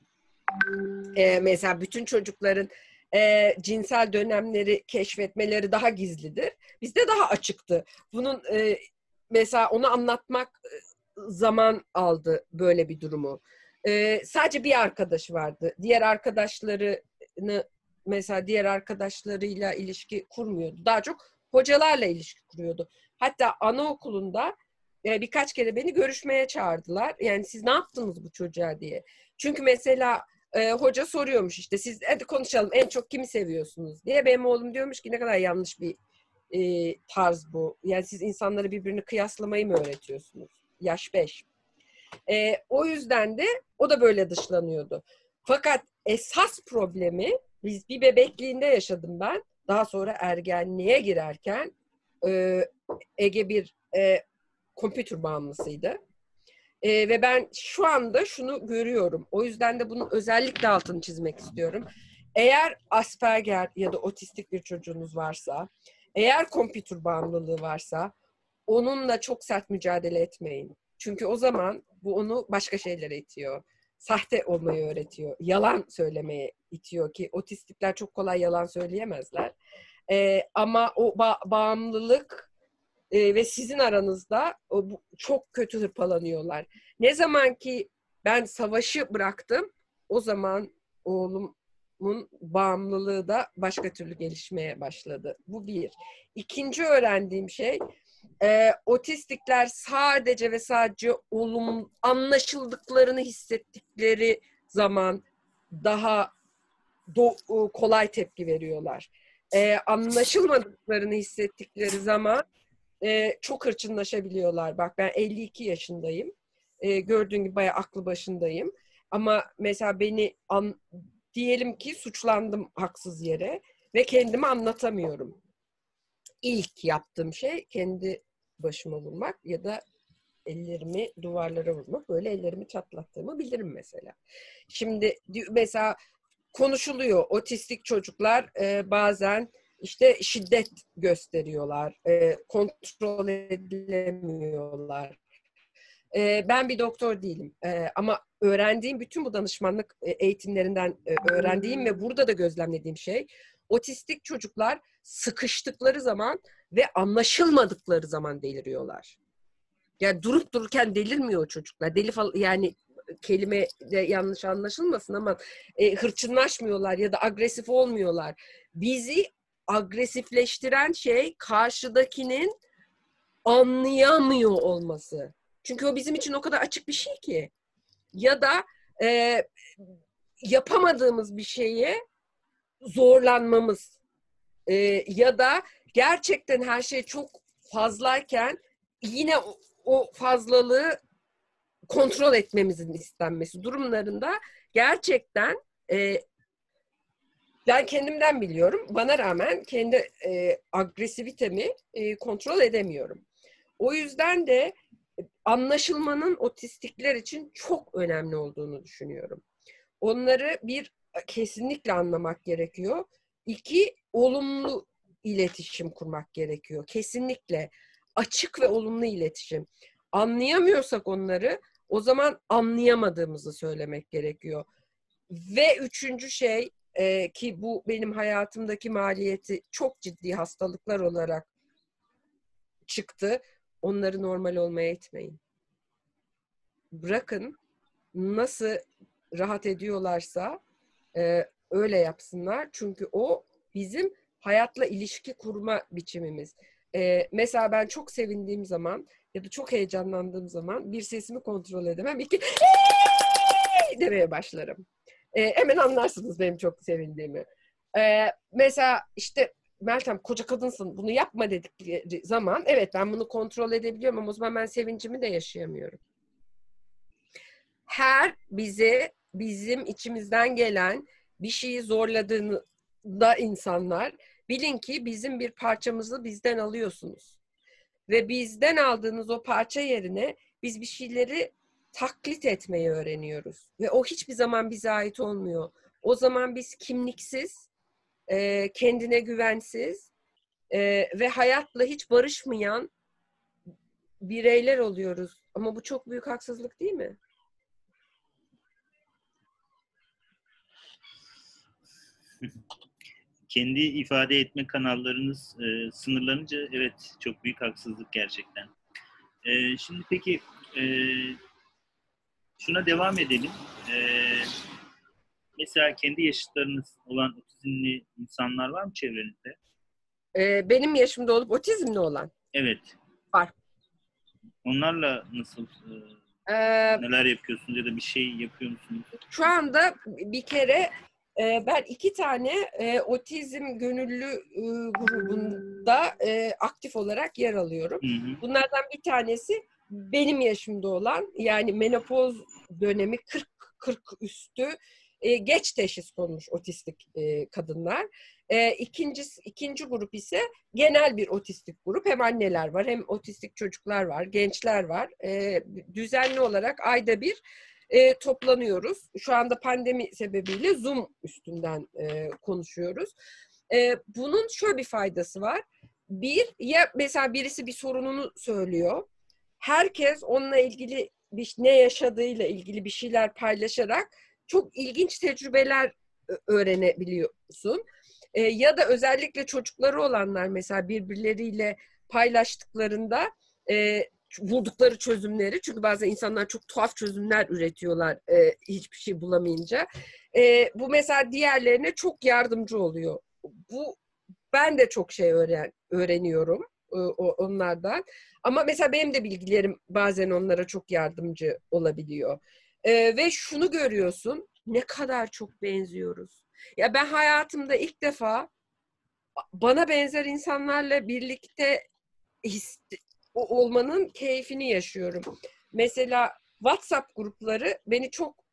Speaker 1: Mesela bütün çocukların cinsel dönemleri keşfetmeleri daha gizlidir. Bizde daha açıktı. Bunun mesela onu anlatmak zaman aldı böyle bir durumu. Sadece bir arkadaşı vardı. Diğer arkadaşlarıyla ilişki kurmuyordu. Daha çok hocalarla ilişki kuruyordu. Hatta anaokulunda birkaç kere beni görüşmeye çağırdılar. Yani siz ne yaptınız bu çocuğa diye. Çünkü mesela hoca soruyormuş işte siz hadi konuşalım en çok kimi seviyorsunuz diye. Benim oğlum diyormuş ki ne kadar yanlış bir tarz bu. Yani siz insanları birbirini kıyaslamayı mı öğretiyorsunuz? Yaş 5. O yüzden de o da böyle dışlanıyordu. Fakat esas problemi biz bir bebekliğinde yaşadım ben. Daha sonra ergenliğe girerken e, Ege bir kompütür bağımlısıydı. Ve ben şu anda şunu görüyorum. O yüzden de bunun özellikle altını çizmek istiyorum. Eğer Asperger ya da otistik bir çocuğunuz varsa, eğer kompütür bağımlılığı varsa onunla çok sert mücadele etmeyin. Çünkü o zaman bu onu başka şeylere itiyor. Sahte olmayı öğretiyor. Yalan söylemeye itiyor ki otistikler çok kolay yalan söyleyemezler. Ama o bağımlılık ve sizin aranızda çok kötü hırpalanıyorlar. Ne zaman ki ben savaşı bıraktım, o zaman oğlumun bağımlılığı da başka türlü gelişmeye başladı. Bu bir. İkinci öğrendiğim şey, Otistikler sadece ve sadece anlaşıldıklarını hissettikleri zaman daha kolay tepki veriyorlar. Anlaşılmadıklarını hissettikleri zaman çok hırçınlaşabiliyorlar. Bak ben 52 yaşındayım. Gördüğün gibi bayağı aklı başındayım. Ama mesela diyelim ki suçlandım haksız yere ve kendimi anlatamıyorum. İlk yaptığım şey kendi başıma vurmak ya da ellerimi duvarlara vurmak. Böyle ellerimi çatlattığımı bilirim mesela. Şimdi mesela konuşuluyor. Otistik çocuklar bazen işte şiddet gösteriyorlar. Kontrol edilemiyorlar. Ben bir doktor değilim. Ama öğrendiğim bütün bu danışmanlık eğitimlerinden öğrendiğim ve burada da gözlemlediğim şey, otistik çocuklar sıkıştıkları zaman ve anlaşılmadıkları zaman deliriyorlar. Yani durup dururken delirmiyor o çocuklar. Yani kelime de yanlış anlaşılmasın ama hırçınlaşmıyorlar ya da agresif olmuyorlar. Bizi agresifleştiren şey karşıdakinin anlayamıyor olması. Çünkü o bizim için o kadar açık bir şey ki. Ya da yapamadığımız bir şeye zorlanmamız. Ya da gerçekten her şey çok fazlayken yine o fazlalığı kontrol etmemizin istenmesi durumlarında gerçekten ben kendimden biliyorum. Bana rağmen kendi agresivitemi kontrol edemiyorum. O yüzden de anlaşılmanın otistikler için çok önemli olduğunu düşünüyorum. Onları kesinlikle anlamak gerekiyor. 2, olumlu iletişim kurmak gerekiyor. Kesinlikle açık ve olumlu iletişim. Anlayamıyorsak onları, o zaman anlayamadığımızı söylemek gerekiyor. Ve 3. şey ki bu benim hayatımdaki maliyeti çok ciddi hastalıklar olarak çıktı. Onları normal olmaya itmeyin. Bırakın, nasıl rahat ediyorlarsa öyle yapsınlar. Çünkü o bizim hayatla ilişki kurma biçimimiz. Mesela ben çok sevindiğim zaman ya da çok heyecanlandığım zaman bir sesimi kontrol edemem. Demeye başlarım. Hemen anlarsınız benim çok sevindiğimi. Mesela işte Meltem, koca kadınsın, bunu yapma dedikleri zaman evet ben bunu kontrol edebiliyorum ama o zaman ben sevincimi de yaşayamıyorum. Bizim içimizden gelen bir şeyi zorladığında insanlar, bilin ki bizim bir parçamızı bizden alıyorsunuz. Ve bizden aldığınız o parça yerine biz bir şeyleri taklit etmeyi öğreniyoruz. Ve o hiçbir zaman bize ait olmuyor. O zaman biz kimliksiz, kendine güvensiz ve hayatla hiç barışmayan bireyler oluyoruz. Ama bu çok büyük haksızlık değil mi?
Speaker 2: Kendi ifade etme kanallarınız sınırlanınca evet çok büyük haksızlık gerçekten. Şimdi peki şuna devam edelim. Mesela kendi yaşıtlarınız olan otizmli insanlar var mı çevrenizde?
Speaker 1: Benim yaşımda olup otizmli olan.
Speaker 2: Evet.
Speaker 1: Var.
Speaker 2: Onlarla nasıl neler yapıyorsunuz ya da bir şey yapıyor musunuz?
Speaker 1: Şu anda bir kere ben 2 tane otizm gönüllü grubunda aktif olarak yer alıyorum.
Speaker 2: Hı hı.
Speaker 1: Bunlardan bir tanesi benim yaşımda olan, yani menopoz dönemi 40 üstü geç teşhis konmuş otistik kadınlar. İkinci grup ise genel bir otistik grup. Hem anneler var, hem otistik çocuklar var, gençler var. Düzenli olarak ayda bir toplanıyoruz. Şu anda pandemi sebebiyle Zoom üstünden konuşuyoruz. Bunun şöyle bir faydası var. Ya mesela birisi bir sorununu söylüyor. Herkes onunla ilgili ne yaşadığıyla ilgili bir şeyler paylaşarak çok ilginç tecrübeler öğrenebiliyorsun. Ya da özellikle çocukları olanlar mesela birbirleriyle paylaştıklarında buldukları çözümleri, çünkü bazen insanlar çok tuhaf çözümler üretiyorlar hiçbir şey bulamayınca. Bu mesela diğerlerine çok yardımcı oluyor. Ben de çok şey öğreniyorum. onlardan. Ama mesela benim de bilgilerim bazen onlara çok yardımcı olabiliyor. Ve şunu görüyorsun, ne kadar çok benziyoruz. Ya ben hayatımda ilk defa bana benzer insanlarla birlikte olmanın keyfini yaşıyorum. Mesela WhatsApp grupları beni çok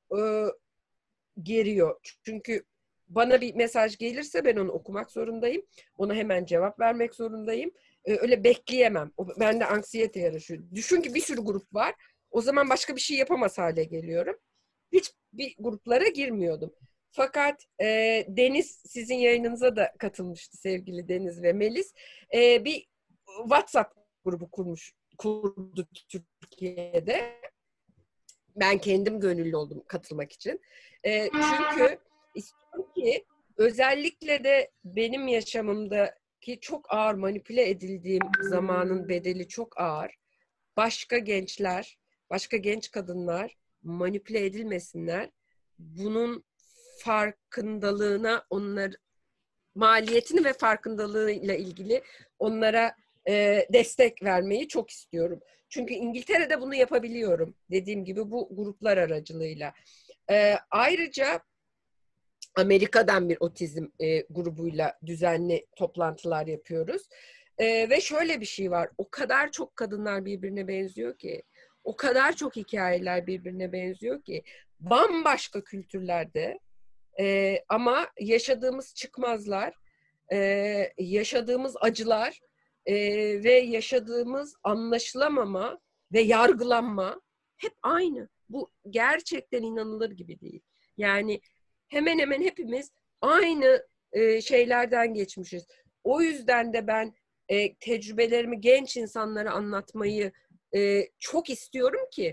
Speaker 1: geriyor. Çünkü bana bir mesaj gelirse ben onu okumak zorundayım. Ona hemen cevap vermek zorundayım. Öyle bekleyemem. O bende anksiyete yaratıyor. Düşün ki bir sürü grup var. O zaman başka bir şey yapamaz hale geliyorum. Hiç bir gruplara girmiyordum. Fakat Deniz, sizin yayınınıza da katılmıştı, sevgili Deniz ve Melis. Bir WhatsApp grubu kurdu Türkiye'de. Ben kendim gönüllü oldum katılmak için. Çünkü istiyorum ki özellikle de benim yaşamımdaki çok ağır manipüle edildiğim zamanın bedeli çok ağır. Başka gençler, başka genç kadınlar manipüle edilmesinler. Bunun farkındalığına, maliyetini ve farkındalığıyla ilgili onlara destek vermeyi çok istiyorum. Çünkü İngiltere'de bunu yapabiliyorum. Dediğim gibi bu gruplar aracılığıyla. Ayrıca Amerika'dan bir otizm grubuyla düzenli toplantılar yapıyoruz. Ve şöyle bir şey var. O kadar çok kadınlar birbirine benziyor ki, o kadar çok hikayeler birbirine benziyor ki, bambaşka kültürlerde ama yaşadığımız çıkmazlar, yaşadığımız acılar ve yaşadığımız anlaşılamama ve yargılanma hep aynı. Bu gerçekten inanılır gibi değil. Yani hemen hemen hepimiz aynı şeylerden geçmişiz. O yüzden de ben tecrübelerimi genç insanlara anlatmayı çok istiyorum ki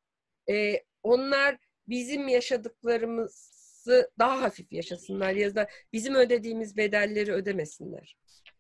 Speaker 1: onlar bizim yaşadıklarımızı daha hafif yaşasınlar ya da bizim ödediğimiz bedelleri ödemesinler.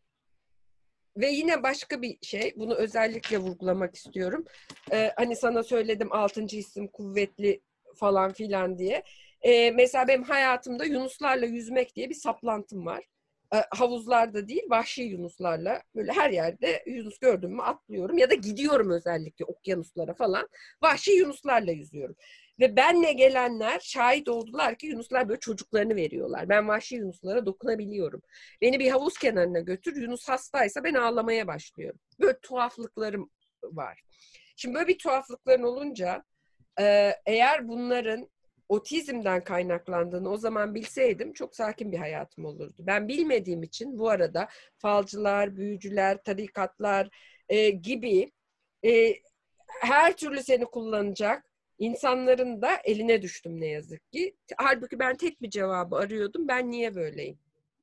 Speaker 1: Ve yine başka bir şey, bunu özellikle vurgulamak istiyorum. Hani sana söyledim 6. hissim kuvvetli falan filan diye. Mesela benim hayatımda yunuslarla yüzmek diye bir saplantım var. Havuzlarda değil, vahşi yunuslarla böyle her yerde yunus gördüm mü atlıyorum ya da gidiyorum özellikle okyanuslara falan. Vahşi yunuslarla yüzüyorum. Ve benle gelenler şahit oldular ki yunuslar böyle çocuklarını veriyorlar. Ben vahşi yunuslara dokunabiliyorum. Beni bir havuz kenarına götür, yunus hastaysa ben ağlamaya başlıyorum. Böyle tuhaflıklarım var. Şimdi böyle bir tuhaflıkların olunca eğer bunların otizmden kaynaklandığını o zaman bilseydim çok sakin bir hayatım olurdu. Ben bilmediğim için bu arada falcılar, büyücüler, tarikatlar gibi her türlü seni kullanacak insanların da eline düştüm ne yazık ki. Halbuki ben tek bir cevabı arıyordum. Ben niye böyleyim?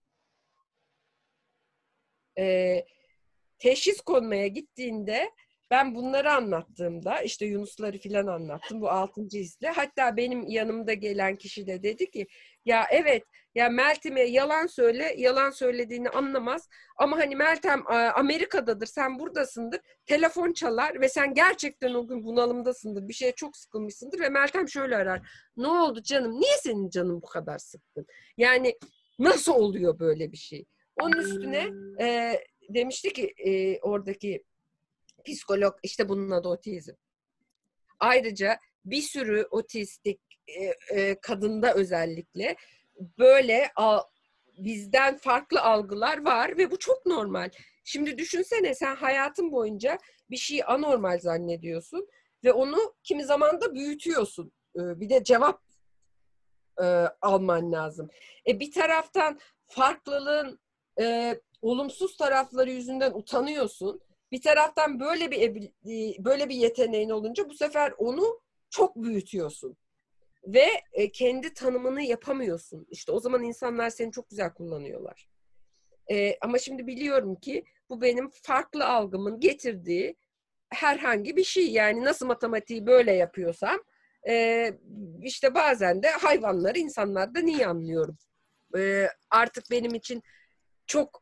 Speaker 1: Teşhis konmaya gittiğinde ben bunları anlattığımda işte Yunusları filan anlattım bu 6. hisle. Hatta benim yanımda gelen kişi de dedi ki ya evet ya Meltem'e yalan söyle, yalan söylediğini anlamaz ama hani Meltem Amerika'dadır, sen buradasındır, telefon çalar ve sen gerçekten o gün bunalımdasındır, bir şeye çok sıkılmışsındır ve Meltem şöyle arar: ne oldu canım, niye senin canın bu kadar sıkkın? Yani nasıl oluyor böyle bir şey? Onun üstüne demişti ki oradaki psikolog, işte bunun adı otizm. Ayrıca bir sürü otistik kadında özellikle böyle bizden farklı algılar var ve bu çok normal. Şimdi düşünsene, sen hayatın boyunca bir şeyi anormal zannediyorsun ve onu kimi zaman da büyütüyorsun. Bir de cevap alman lazım. Bir taraftan farklılığın olumsuz tarafları yüzünden utanıyorsun. Bir taraftan böyle bir yeteneğin olunca bu sefer onu çok büyütüyorsun ve kendi tanımını yapamıyorsun. İşte o zaman insanlar seni çok güzel kullanıyorlar. Ama şimdi biliyorum ki bu benim farklı algımın getirdiği herhangi bir şey. Yani nasıl matematiği böyle yapıyorsam işte bazen de hayvanları insanlardan iyi anlıyorum. Artık benim için çok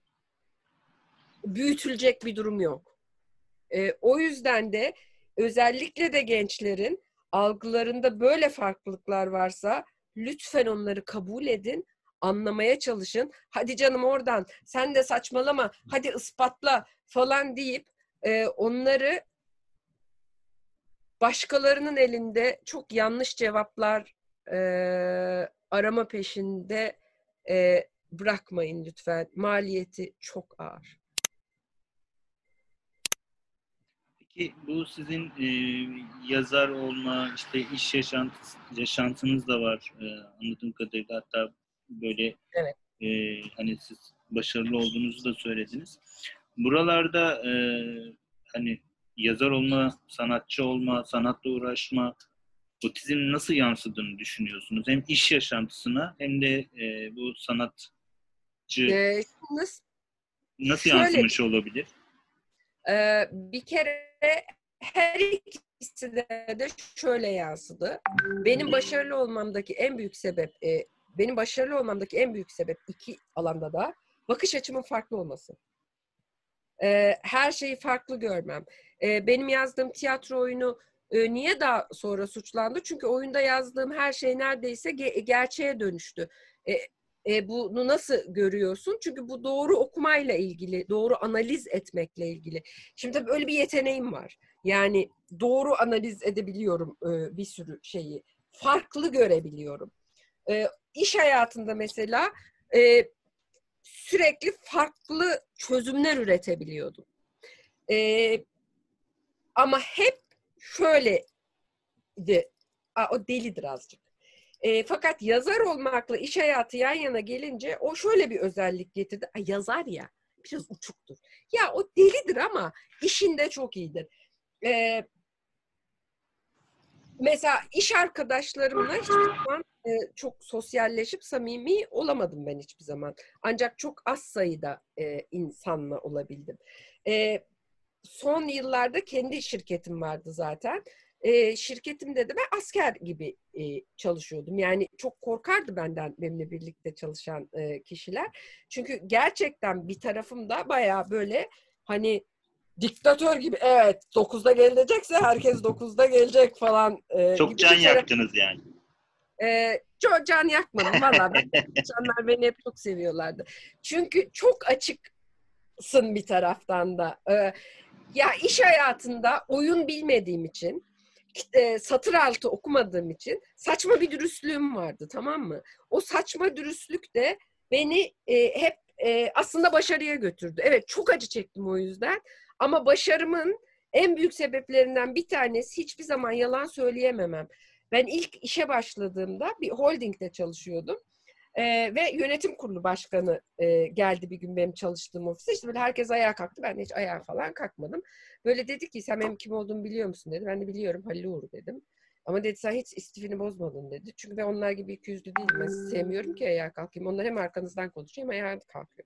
Speaker 1: büyütülecek bir durum yok. O yüzden de özellikle de gençlerin algılarında böyle farklılıklar varsa lütfen onları kabul edin anlamaya çalışın. Hadi canım oradan, sen de saçmalama, hadi ispatla falan deyip onları başkalarının elinde çok yanlış cevaplar arama peşinde bırakmayın lütfen. Maliyeti çok ağır.
Speaker 2: Peki bu sizin yazar olma, işte iş yaşantınız da var anladığım kadarıyla. Hatta böyle
Speaker 1: Evet.
Speaker 2: hani siz başarılı olduğunuzu da söylediniz. Buralarda hani yazar olma, sanatçı olma, sanatla uğraşma, otizm nasıl yansıdığını düşünüyorsunuz? Hem iş yaşantısına hem de bu sanatçı
Speaker 1: Nasıl,
Speaker 2: nasıl
Speaker 1: şöyle
Speaker 2: yansımış olabilir?
Speaker 1: bir kere her ikisi de şöyle yansıdı. Benim başarılı olmamdaki en büyük sebep iki alanda da bakış açımın farklı olması. Her şeyi farklı görmem. Benim yazdığım tiyatro oyunu niye daha sonra suçlandı? Çünkü oyunda yazdığım her şey neredeyse gerçeğe dönüştü. Bunu nasıl görüyorsun? Çünkü bu doğru okumayla ilgili, doğru analiz etmekle ilgili. Şimdi tabii öyle bir yeteneğim var. Yani doğru analiz edebiliyorum bir sürü şeyi. Farklı görebiliyorum. İş hayatında mesela sürekli farklı çözümler üretebiliyordum. Ama hep şöyleydi. O delidir azıcık. Fakat yazar olmakla iş hayatı yan yana gelince o şöyle bir özellik getirdi. Yazar ya, biraz uçuktur. Ya o delidir ama işinde çok iyidir. Mesela iş arkadaşlarımla hiçbir zaman çok sosyalleşip samimi olamadım ben hiçbir zaman. Ancak çok az sayıda insanla olabildim. Son yıllarda kendi şirketim vardı zaten. Şirketimde de ben asker gibi çalışıyordum. Yani çok korkardı benden benimle birlikte çalışan kişiler. Çünkü gerçekten bir tarafım da bayağı böyle hani diktatör gibi, evet 9'da gelecekse herkes 9'da gelecek falan
Speaker 2: Çok
Speaker 1: gibi
Speaker 2: can
Speaker 1: bir taraf.
Speaker 2: yaktınız yani.
Speaker 1: Çok can yakmadım valla. İnsanlar beni hep çok seviyorlardı. Çünkü çok açıksın bir taraftan da. Ya iş hayatında oyun bilmediğim için, satır altı okumadığım için saçma bir dürüstlüğüm vardı, tamam mı? O saçma dürüstlük de beni hep aslında başarıya götürdü. Evet, çok acı çektim o yüzden. Ama başarımın en büyük sebeplerinden bir tanesi hiçbir zaman yalan söyleyememem. Ben ilk işe başladığımda bir holdingde çalışıyordum. Ve yönetim kurulu başkanı geldi bir gün benim çalıştığım ofise. İşte böyle herkes ayağa kalktı. Ben de hiç ayağa falan kalkmadım. Böyle dedi ki sen benim kim olduğumu biliyor musun dedi. Ben de biliyorum, Halil Uğur dedim. Ama dedi sen hiç istifini bozmadın dedi. Çünkü ben onlar gibi ikiyüzlü değilim. Ben sizi sevmiyorum ki ayağa kalkayım. Onlar hem arkanızdan konuşuyor hem ayağa kalkıyor.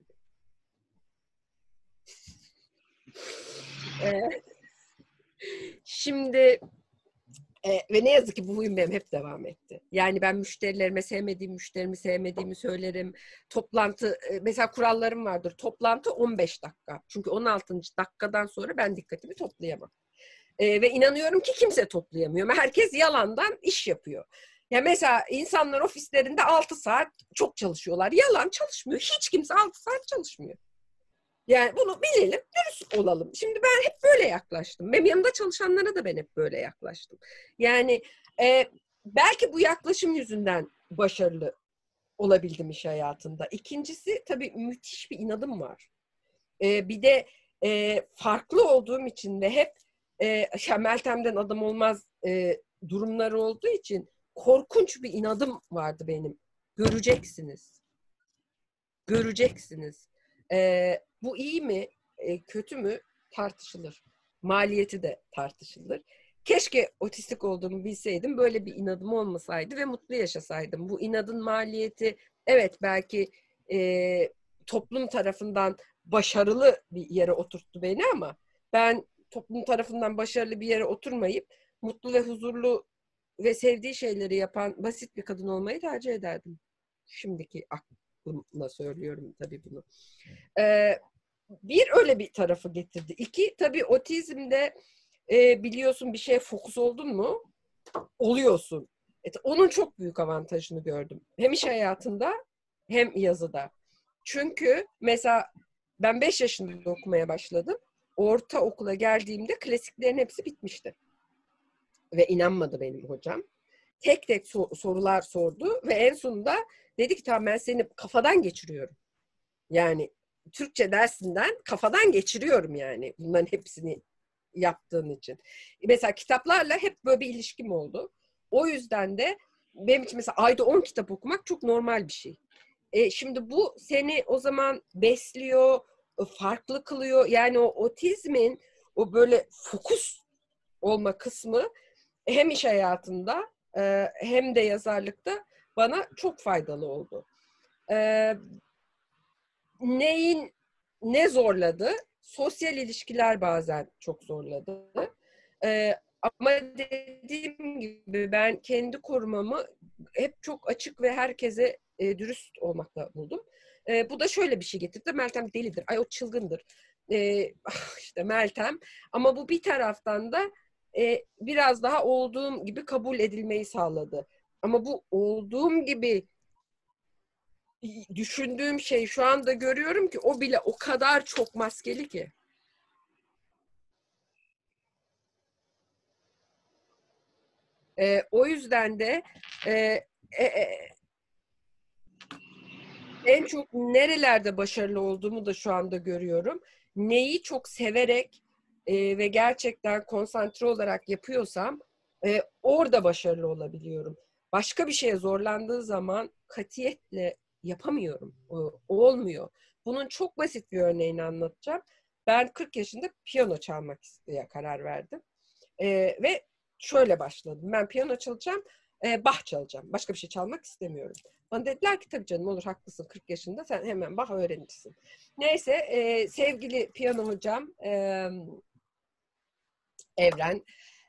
Speaker 1: Şimdi ve ne yazık ki bu huyum benim hep devam etti. Yani ben müşterimi sevmediğimi söylerim. Toplantı, mesela kurallarım vardır. Toplantı 15 dakika. Çünkü 16. dakikadan sonra ben dikkatimi toplayamam. Ve inanıyorum ki kimse toplayamıyor. Herkes yalandan iş yapıyor. Ya mesela insanlar ofislerinde 6 saat çok çalışıyorlar. Yalan, çalışmıyor. Hiç kimse 6 saat çalışmıyor. Yani bunu bilelim, dürüst olalım. Şimdi ben hep böyle yaklaştım. Benim yanımda çalışanlara da ben hep böyle yaklaştım. Yani belki bu yaklaşım yüzünden başarılı olabildim iş hayatında. İkincisi tabii müthiş bir inadım var. Bir de farklı olduğum için ve hep Meltem'den adam olmaz durumları olduğu için korkunç bir inadım vardı benim. Göreceksiniz. Göreceksiniz. Bu iyi mi, kötü mü tartışılır. Maliyeti de tartışılır. Keşke otistik olduğumu bilseydim, böyle bir inadım olmasaydı ve mutlu yaşasaydım. Bu inadın maliyeti, evet belki toplum tarafından başarılı bir yere oturttu beni ama ben toplum tarafından başarılı bir yere oturmayıp mutlu ve huzurlu ve sevdiği şeyleri yapan basit bir kadın olmayı tercih ederdim. Şimdiki aklımla söylüyorum tabii bunu. Bir öyle bir tarafı getirdi. İki, tabii otizmde biliyorsun bir şeye fokus oldun mu oluyorsun. Onun çok büyük avantajını gördüm. Hem iş hayatında hem yazıda. Çünkü mesela ben 5 yaşında okumaya başladım. Ortaokula geldiğimde klasiklerin hepsi bitmişti. Ve inanmadı benim hocam. Tek tek sorular sordu ve en sonunda dedi ki tamam ben seni kafadan geçiriyorum. Yani Türkçe dersinden kafadan geçiriyorum yani bunların hepsini yaptığın için. Mesela kitaplarla hep böyle bir ilişkim oldu. O yüzden de benim için mesela ayda 10 kitap okumak çok normal bir şey. Şimdi bu seni o zaman besliyor, farklı kılıyor. Yani o otizmin o böyle fokus olma kısmı hem iş hayatında hem de yazarlıkta bana çok faydalı oldu. Ne zorladı? Sosyal ilişkiler bazen çok zorladı. Ama dediğim gibi ben kendi korumamı hep çok açık ve herkese dürüst olmakla buldum. Bu da şöyle bir şey getirdi. Meltem delidir. Ay o çılgındır. İşte Meltem. Ama bu bir taraftan da biraz daha olduğum gibi kabul edilmeyi sağladı. Ama bu olduğum gibi düşündüğüm şey şu anda görüyorum ki o bile o kadar çok maskeli ki. O yüzden de e, en çok nerelerde başarılı olduğumu da şu anda görüyorum. Neyi çok severek ve gerçekten konsantre olarak yapıyorsam orada başarılı olabiliyorum. Başka bir şeye zorlandığı zaman katiyetle yapamıyorum. Olmuyor. Bunun çok basit bir örneğini anlatacağım. Ben 40 yaşında piyano çalmak isteye karar verdim. Ve şöyle başladım. Ben piyano çalacağım, Bach çalacağım. Başka bir şey çalmak istemiyorum. Bana dediler ki tabii canım olur haklısın 40 yaşında sen hemen Bach öğrenirsin. Neyse sevgili piyano hocam Evren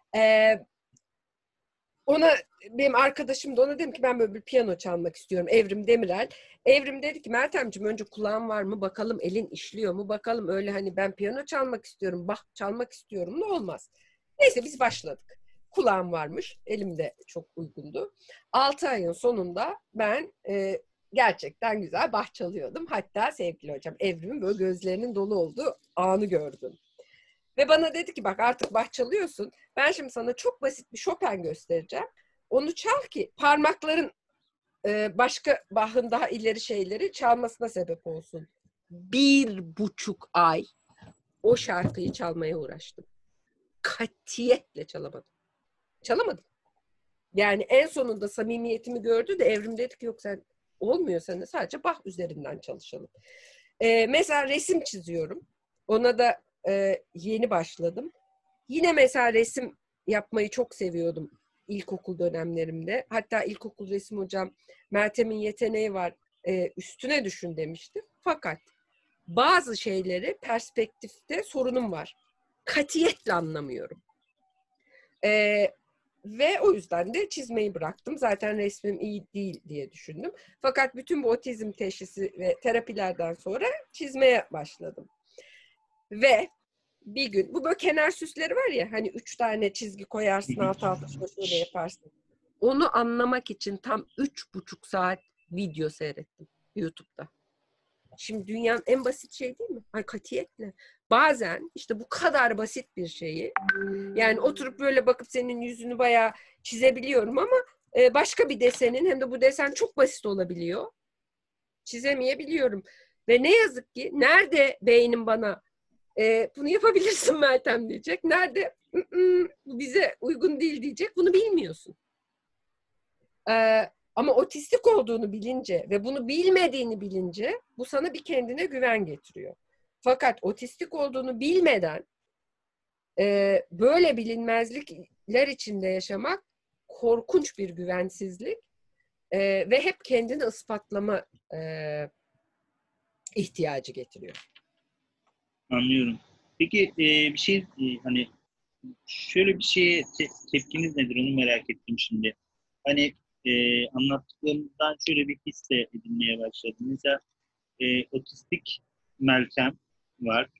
Speaker 1: ona benim arkadaşım da ona dedim ki ben böyle bir piyano çalmak istiyorum. Evrim Demirel. Evrim dedi ki Meltemciğim önce kulağın var mı bakalım elin işliyor mu bakalım öyle hani ben piyano çalmak istiyorum Bach çalmak istiyorum ne olmaz. Neyse biz başladık. Kulağım varmış. Elim de çok uygundu. 6 ayın sonunda ben gerçekten güzel Bach çalıyordum. Hatta sevgili hocam Evrim'in böyle gözlerinin dolu olduğu anı gördüm. Ve bana dedi ki bak artık Bach çalıyorsun. Ben şimdi sana çok basit bir Chopin göstereceğim. Onu çal ki parmakların başka Bach'ın daha ileri şeyleri çalmasına sebep olsun. 1,5 ay o şarkıyı çalmaya uğraştım. Katiyetle çalamadım. Çalamadım. Yani en sonunda samimiyetimi gördü de Evrim dedi ki yok sen olmuyor sen de sadece Bach üzerinden çalışalım. Mesela resim çiziyorum. Ona da yeni başladım. Yine mesela resim yapmayı çok seviyordum ilkokul dönemlerimde. Hatta ilkokul resim hocam Meltem'in yeteneği var üstüne düşün demişti. Fakat bazı şeyleri perspektifte sorunum var. Katiyetle anlamıyorum. Ve o yüzden de çizmeyi bıraktım. Zaten resmim iyi değil diye düşündüm. Fakat bütün bu otizm teşhisi ve terapilerden sonra çizmeye başladım. Ve bir gün, bu böyle kenar süsleri var ya, hani 3 tane çizgi koyarsın alt alta şöyle yaparsın. Onu anlamak için tam 3,5 saat video seyrettim YouTube'da. Şimdi dünyanın en basit şey değil mi? Ay katiyetle. Bazen işte bu kadar basit bir şeyi yani oturup böyle bakıp senin yüzünü bayağı çizebiliyorum ama başka bir desenin hem de bu desen çok basit olabiliyor. Çizemeyebiliyorum. Ve ne yazık ki nerede beynim bana bunu yapabilirsin Meltem diyecek. Nerede bu bize uygun değil diyecek. Bunu bilmiyorsun. Ama otistik olduğunu bilince ve bunu bilmediğini bilince bu sana bir kendine güven getiriyor. Fakat otistik olduğunu bilmeden böyle bilinmezlikler içinde yaşamak korkunç bir güvensizlik ve hep kendini ispatlama ihtiyacı getiriyor.
Speaker 2: Anlıyorum. Peki bir şey hani şöyle bir şeye tepkiniz nedir onu merak ettim şimdi. Hani anlattıklarınızdan şöyle bir hisse edinmeye başladım. Mesela otistik Meltem var.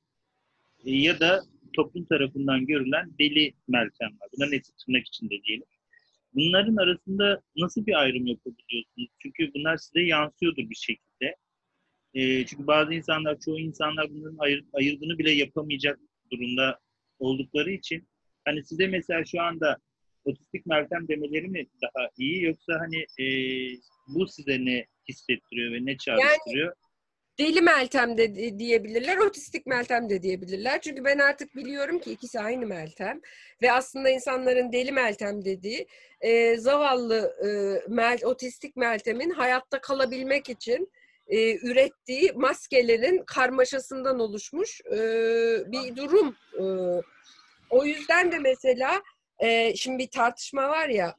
Speaker 2: Ya da toplum tarafından görülen deli Meltem var. Bunların hepsi tırnak içinde diyelim. Bunların arasında nasıl bir ayrım yapabiliyorsunuz? Çünkü bunlar size yansıyordur bir şekilde. Çünkü bazı insanlar, çoğu insanlar bunların ayırdığını bile yapamayacak durumda oldukları için hani size mesela şu anda otistik Meltem demeleri mi daha iyi, yoksa hani bu size ne hissettiriyor ve ne
Speaker 1: Yani
Speaker 2: çağrıştırıyor?
Speaker 1: deli Meltem de diyebilirler, otistik Meltem de diyebilirler. Çünkü ben artık biliyorum ki ikisi aynı Meltem. Ve aslında insanların deli Meltem dediği zavallı otistik Meltem'in hayatta kalabilmek için ürettiği maskelerin karmaşasından oluşmuş bir durum. O yüzden de mesela şimdi bir tartışma var ya,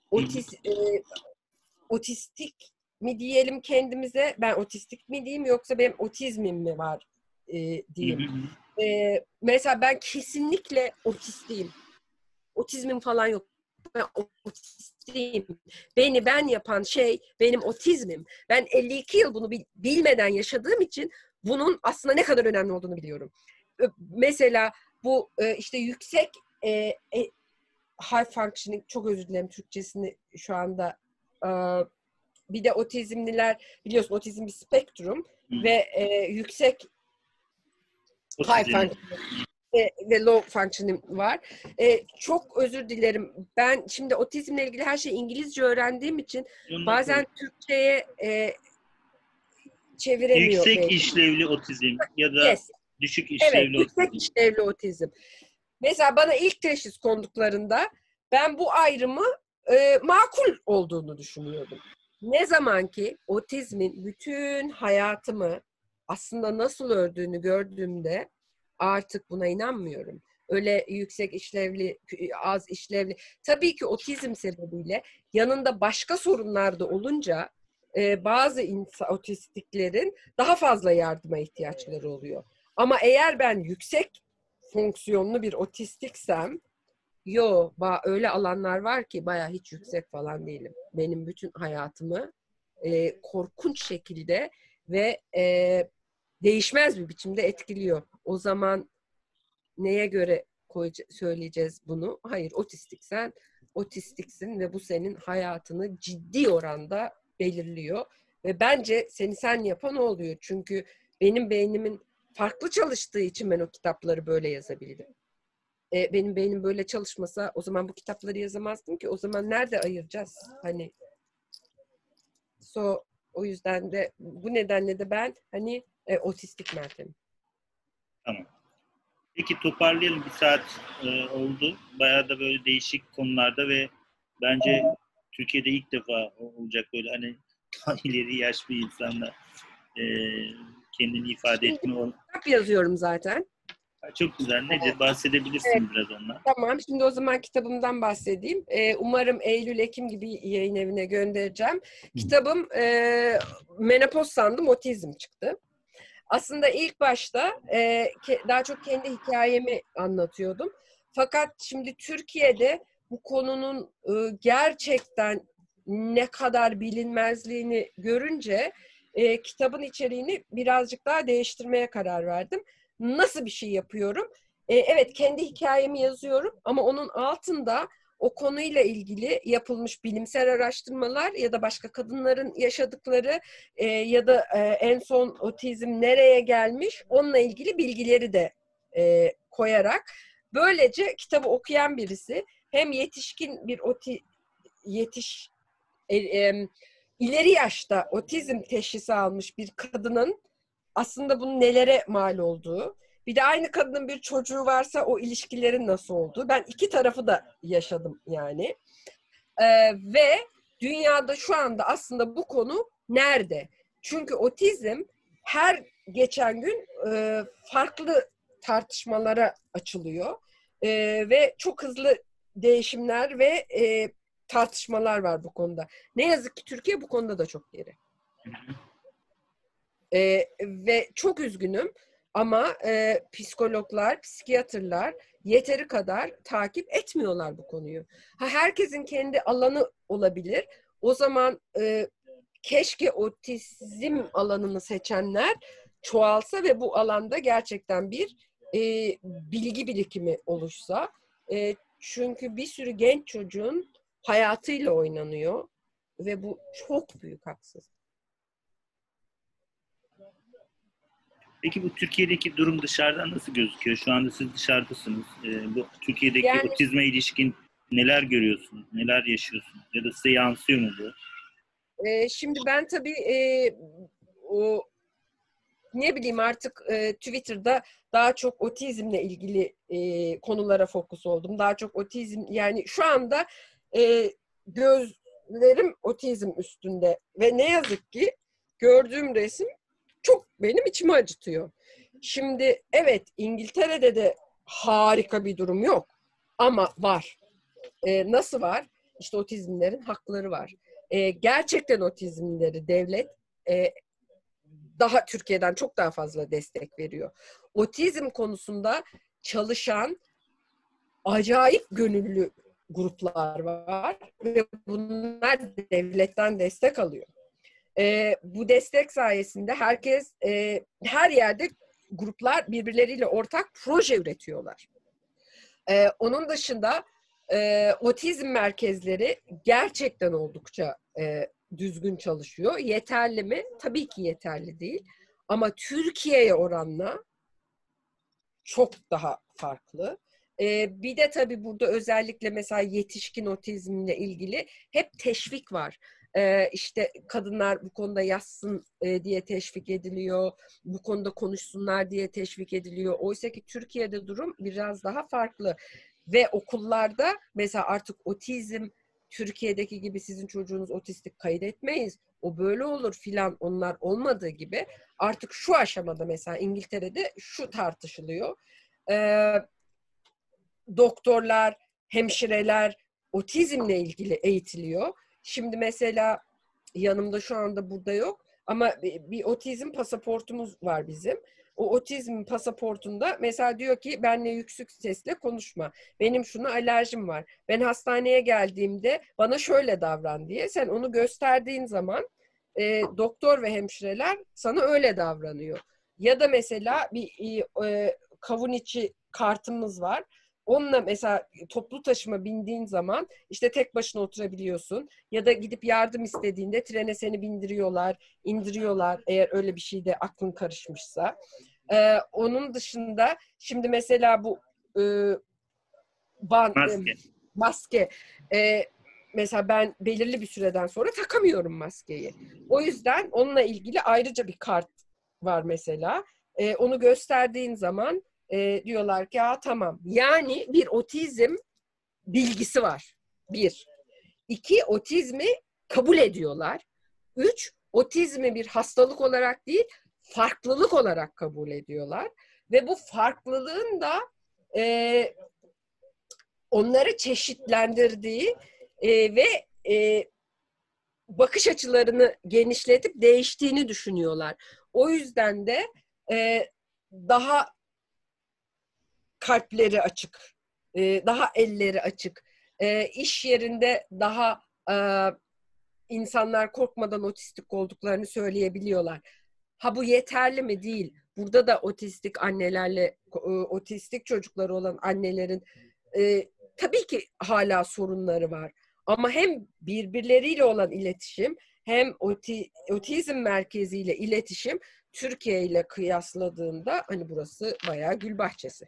Speaker 1: otistik mi diyelim kendimize, ben otistik mi diyeyim yoksa benim otizmim mi var diyeyim. Mesela ben kesinlikle otistiyim. Otizmim falan yok. Ben otistiyim. Beni ben yapan şey benim otizmim. Ben 52 yıl bunu bilmeden yaşadığım için bunun aslında ne kadar önemli olduğunu biliyorum. Mesela bu işte yüksek high functioning, çok özür dilerim Türkçesini şu anda, bir de otizmliler, biliyorsun otizm bir spektrum ve yüksek high functioning ve low functioning var. Çok özür dilerim. Ben şimdi otizmle ilgili her şeyi İngilizce öğrendiğim için bazen Türkçe'ye çeviremiyor
Speaker 2: Yüksek
Speaker 1: belki.
Speaker 2: işlevli otizm ya da
Speaker 1: Yes.
Speaker 2: düşük
Speaker 1: Evet,
Speaker 2: işlevli
Speaker 1: yüksek
Speaker 2: otizm.
Speaker 1: işlevli otizm. Mesela bana ilk teşhis konduklarında ben bu ayrımı makul olduğunu düşünüyordum. Ne zaman ki otizmin bütün hayatımı aslında nasıl ördüğünü gördüğümde artık buna inanmıyorum. Öyle yüksek işlevli, az işlevli. Tabii ki otizm sebebiyle yanında başka sorunlar da olunca bazı otistiklerin daha fazla yardıma ihtiyaçları oluyor. Ama eğer ben yüksek fonksiyonlu bir otistiksem, öyle alanlar var ki bayağı hiç yüksek falan değilim. Benim bütün hayatımı korkunç şekilde ve değişmez bir biçimde etkiliyor. O zaman neye göre söyleyeceğiz bunu? Hayır, otistiksen otistiksin ve bu senin hayatını ciddi oranda belirliyor. Ve bence seni sen yapan o oluyor. Çünkü benim beynimin farklı çalıştığı için ben o kitapları böyle yazabildim. Benim beynim böyle çalışmasa o zaman bu kitapları yazamazdım ki. O zaman nerede ayıracağız? Hani o yüzden de bu nedenle de ben hani otistik Meltem'im.
Speaker 2: Tamam. Peki toparlayalım. Bir saat oldu. Bayağı da böyle değişik konularda ve bence Türkiye'de ilk defa olacak böyle hani daha ileri yaş bir insanla e, kendini ifade
Speaker 1: Şimdi
Speaker 2: etme.
Speaker 1: kitap yazıyorum zaten.
Speaker 2: Çok güzel. Nece
Speaker 1: Evet,
Speaker 2: bahsedebilirsin biraz ondan.
Speaker 1: tamam. Şimdi o zaman kitabımdan bahsedeyim. Umarım Eylül-Ekim gibi yayın evine göndereceğim. Kitabım menopoz sandım, otizm çıktı. Aslında ilk başta daha çok kendi hikayemi anlatıyordum. Fakat şimdi Türkiye'de bu konunun gerçekten ne kadar bilinmezliğini görünce kitabın içeriğini birazcık daha değiştirmeye karar verdim. Nasıl bir şey yapıyorum? Evet, kendi hikayemi yazıyorum ama onun altında o konuyla ilgili yapılmış bilimsel araştırmalar ya da başka kadınların yaşadıkları ya da en son otizm nereye gelmiş onunla ilgili bilgileri de koyarak, böylece kitabı okuyan birisi hem yetişkin bir ileri yaşta otizm teşhisi almış bir kadının aslında bunun nelere mal olduğu, bir de aynı kadının bir çocuğu varsa o ilişkilerin nasıl olduğu. Ben iki tarafı da yaşadım yani. Ve dünyada şu anda aslında bu konu nerede? Çünkü otizm her geçen gün farklı tartışmalara açılıyor. Ve çok hızlı değişimler ve tartışmalar var bu konuda. Ne yazık ki Türkiye bu konuda da çok geri. Ve çok üzgünüm ama psikologlar, psikiyatrlar yeteri kadar takip etmiyorlar bu konuyu. Herkesin kendi alanı olabilir. O zaman keşke otizm alanını seçenler çoğalsa ve bu alanda gerçekten bir bilgi birikimi oluşsa. Çünkü bir sürü genç çocuğun hayatıyla oynanıyor ve bu çok büyük haksızlık.
Speaker 2: Peki bu Türkiye'deki durum dışarıdan nasıl gözüküyor? Şu anda siz dışarıdasınız. Bu Türkiye'deki
Speaker 1: Yani
Speaker 2: otizme ilişkin neler görüyorsunuz? Neler yaşıyorsunuz? Ya da size yansıyor mu bu?
Speaker 1: şimdi ben tabii o ne bileyim artık Twitter'da daha çok otizmle ilgili konulara fokus oldum. Daha çok otizm, yani şu anda gözlerim otizm üstünde ve ne yazık ki gördüğüm resim çok benim içimi acıtıyor. Şimdi evet, İngiltere'de de harika bir durum yok ama var. Nasıl var? İşte otizmlerin hakları var. Gerçekten otizmleri devlet daha Türkiye'den çok daha fazla destek veriyor. Otizm konusunda çalışan acayip gönüllü gruplar var ve bunlar devletten destek alıyor. Bu destek sayesinde herkes her yerde gruplar birbirleriyle ortak proje üretiyorlar. Onun dışında otizm merkezleri gerçekten oldukça düzgün çalışıyor. Yeterli mi? Tabii ki yeterli değil. Ama Türkiye'ye oranla çok daha farklı. Bir de tabii burada özellikle mesela yetişkin otizmle ilgili hep teşvik var. İşte kadınlar bu konuda yazsın diye teşvik ediliyor. Bu konuda konuşsunlar diye teşvik ediliyor. Oysa ki Türkiye'de durum biraz daha farklı. Ve okullarda mesela artık otizm Türkiye'deki gibi sizin çocuğunuz otistik kaydetmeyiz. O böyle olur filan, onlar olmadığı gibi artık şu aşamada mesela İngiltere'de şu tartışılıyor. Doktorlar, hemşireler otizmle ilgili eğitiliyor. Şimdi mesela yanımda şu anda burada yok ama bir otizm pasaportumuz var bizim. O otizm pasaportunda mesela diyor ki benle yüksek sesle konuşma. Benim şuna alerjim var. Ben hastaneye geldiğimde bana şöyle davran diye. Sen onu gösterdiğin zaman doktor ve hemşireler sana öyle davranıyor. Ya da mesela bir kavun içi kartımız var. Onunla mesela toplu taşıma bindiğin zaman işte tek başına oturabiliyorsun. Ya da gidip yardım istediğinde trene seni bindiriyorlar, indiriyorlar eğer öyle bir şeyde aklın karışmışsa. Onun dışında şimdi mesela bu e,
Speaker 2: Maske.
Speaker 1: maske mesela ben belirli bir süreden sonra takamıyorum maskeyi. O yüzden onunla ilgili ayrıca bir kart var mesela. Onu gösterdiğin zaman diyorlar ki ya tamam. Yani bir otizm bilgisi var. Bir. İki, otizmi kabul ediyorlar. Üç, otizmi bir hastalık olarak değil, farklılık olarak kabul ediyorlar. Ve bu farklılığın da e, onları çeşitlendirdiği ve bakış açılarını genişletip değiştiğini düşünüyorlar. O yüzden de daha kalpleri açık, daha elleri açık, iş yerinde daha insanlar korkmadan otistik olduklarını söyleyebiliyorlar. Ha bu yeterli mi? Değil. Burada da otistik annelerle, otistik çocukları olan annelerin tabii ki hala sorunları var. Ama hem birbirleriyle olan iletişim hem otizm merkeziyle iletişim Türkiye ile kıyasladığında hani burası bayağı gül bahçesi.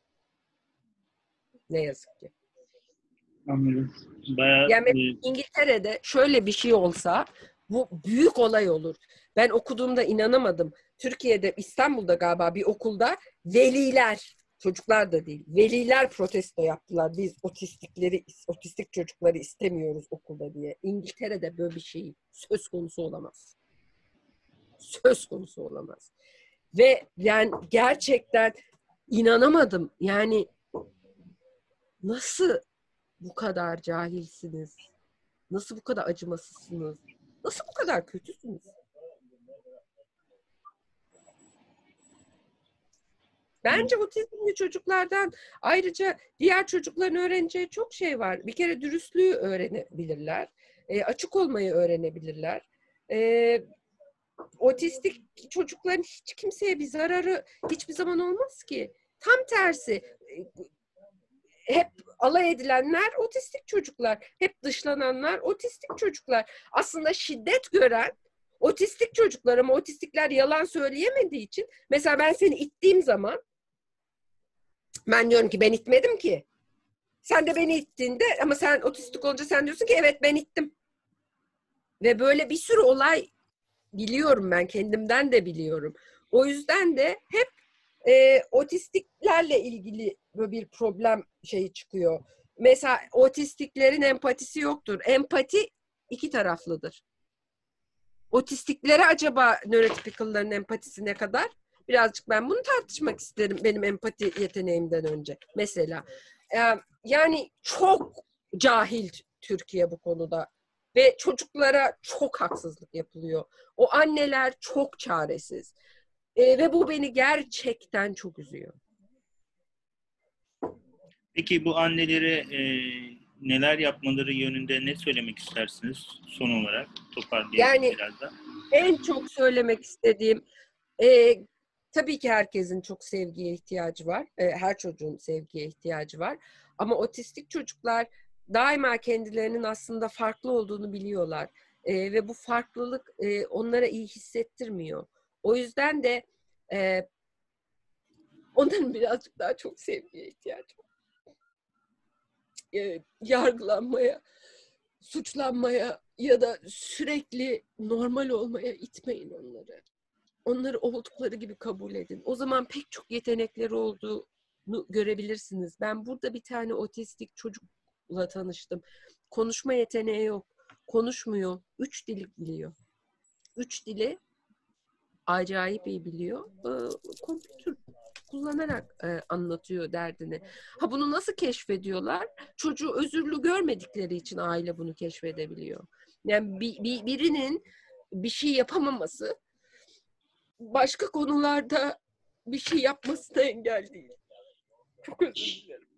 Speaker 1: Ne yazık ki.
Speaker 2: Anladım. Bayağı
Speaker 1: Yani İngiltere'de şöyle bir şey olsa bu büyük olay olur. Ben okuduğumda inanamadım. Türkiye'de, İstanbul'da galiba bir okulda veliler, çocuklar da değil, veliler protesto yaptılar. Biz otistik çocukları istemiyoruz okulda diye. İngiltere'de böyle bir şey söz konusu olamaz. Söz konusu olamaz. Ve yani gerçekten inanamadım. Yani nasıl bu kadar cahilsiniz? Nasıl bu kadar acımasızsınız? Nasıl bu kadar kötüsünüz? Bence otizmli çocuklardan ayrıca diğer çocukların öğreneceği çok şey var. Bir kere dürüstlüğü öğrenebilirler. Açık olmayı öğrenebilirler. Otistik çocukların hiç kimseye bir zararı hiçbir zaman olmaz ki. Tam tersi. hep alay edilenler otistik çocuklar. Hep dışlananlar otistik çocuklar. Aslında şiddet gören otistik çocuklar, ama otistikler yalan söyleyemediği için, mesela ben seni ittiğim zaman ben diyorum ki ben itmedim ki. Sen de beni ittiğinde, ama sen otistik olunca sen diyorsun ki evet ben ittim. Ve böyle bir sürü olay biliyorum, ben kendimden de biliyorum. O yüzden de hep otistiklerle ilgili böyle bir problem şeyi çıkıyor. Mesela otistiklerin empatisi yoktur. Empati iki taraflıdır. Otistiklere acaba nörotipikalların empatisi ne kadar? Birazcık ben bunu tartışmak isterim benim empati yeteneğimden önce. Mesela yani çok cahil Türkiye bu konuda ve çocuklara çok haksızlık yapılıyor. O anneler çok çaresiz ve bu beni gerçekten çok üzüyor.
Speaker 2: Peki bu annelere neler yapmaları yönünde ne söylemek istersiniz son olarak? Toparlayalım
Speaker 1: Yani
Speaker 2: biraz da.
Speaker 1: en çok söylemek istediğim, tabii ki herkesin çok sevgiye ihtiyacı var. Her çocuğun sevgiye ihtiyacı var. Ama otistik çocuklar daima kendilerinin aslında farklı olduğunu biliyorlar. Ve bu farklılık onlara iyi hissettirmiyor. O yüzden de onların birazcık daha çok sevgiye ihtiyacı var. Yargılanmaya, suçlanmaya ya da sürekli normal olmaya itmeyin onları. Onları oldukları gibi kabul edin. O zaman pek çok yetenekleri olduğunu görebilirsiniz. Ben burada bir tane otistik çocukla tanıştım. Konuşma yeteneği yok. Konuşmuyor. 3 dil biliyor. 3 dili acayip iyi biliyor. Kompütür kullanarak anlatıyor derdini. Ha, bunu nasıl keşfediyorlar? Çocuğu özürlü görmedikleri için aile bunu keşfedebiliyor. Yani birinin bir şey yapamaması başka konularda bir şey yapmasına engel değil. Çok özür dilerim.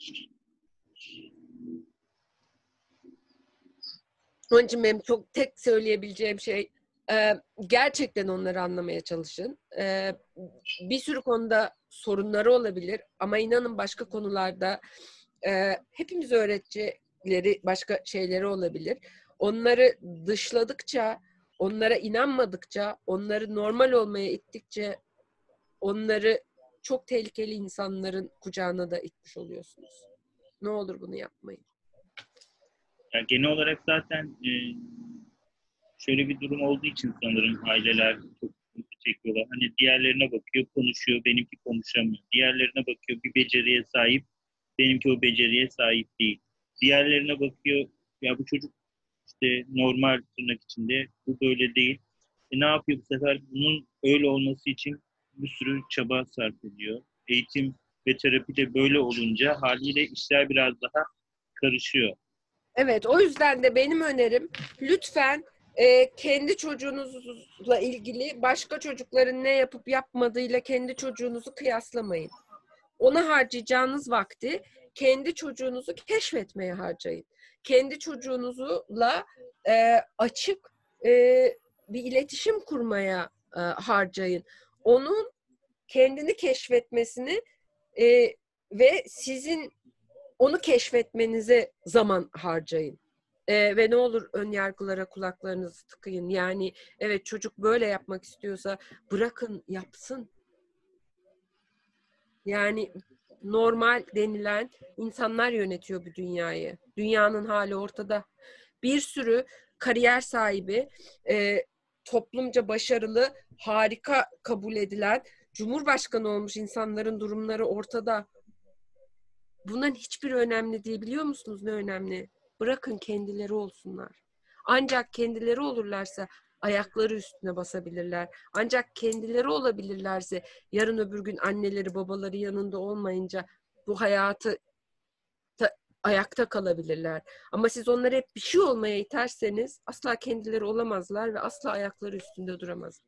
Speaker 1: Onun için benim çok tek söyleyebileceğim şey, gerçekten onları anlamaya çalışın. Bir sürü konuda sorunları olabilir ama inanın başka konularda hepimiz öğreticileri başka şeyleri olabilir. Onları dışladıkça, onlara inanmadıkça, onları normal olmaya ittikçe onları çok tehlikeli insanların kucağına da itmiş oluyorsunuz. Ne olur bunu yapmayın.
Speaker 2: Yani genel olarak zaten şöyle bir durum olduğu için sanırım aileler çok sıkıntı çekiyorlar. Hani diğerlerine bakıyor, konuşuyor, benimki konuşamıyor. Diğerlerine bakıyor, bir beceriye sahip, benimki o beceriye sahip değil. Diğerlerine bakıyor, ya bu çocuk işte normal tırnak içinde, bu böyle değil. Ne yapıyor bu sefer? Bunun öyle olması için bir sürü çaba sarf ediyor. Eğitim ve terapi de böyle olunca haliyle işler biraz daha karışıyor.
Speaker 1: Evet, o yüzden de benim önerim, lütfen kendi çocuğunuzla ilgili başka çocukların ne yapıp yapmadığıyla kendi çocuğunuzu kıyaslamayın. Ona harcayacağınız vakti kendi çocuğunuzu keşfetmeye harcayın. Kendi çocuğunuzla açık bir iletişim kurmaya harcayın. Onun kendini keşfetmesini ve sizin onu keşfetmenize zaman harcayın. Ve ne olur ön yargılara kulaklarınızı tıkayın. Yani evet, çocuk böyle yapmak istiyorsa bırakın yapsın. Yani normal denilen insanlar yönetiyor bu dünyayı. Dünyanın hali ortada. Bir sürü kariyer sahibi, toplumca başarılı, harika kabul edilen, cumhurbaşkanı olmuş insanların durumları ortada. Bunların hiçbiri önemli değil. Biliyor musunuz ne önemli? Bırakın kendileri olsunlar. Ancak kendileri olurlarsa ayakları üstüne basabilirler. Ancak kendileri olabilirlerse yarın öbür gün anneleri babaları yanında olmayınca bu hayatı ayakta kalabilirler. Ama siz onları hep bir şey olmaya iterseniz asla kendileri olamazlar ve asla ayakları üstünde duramazlar.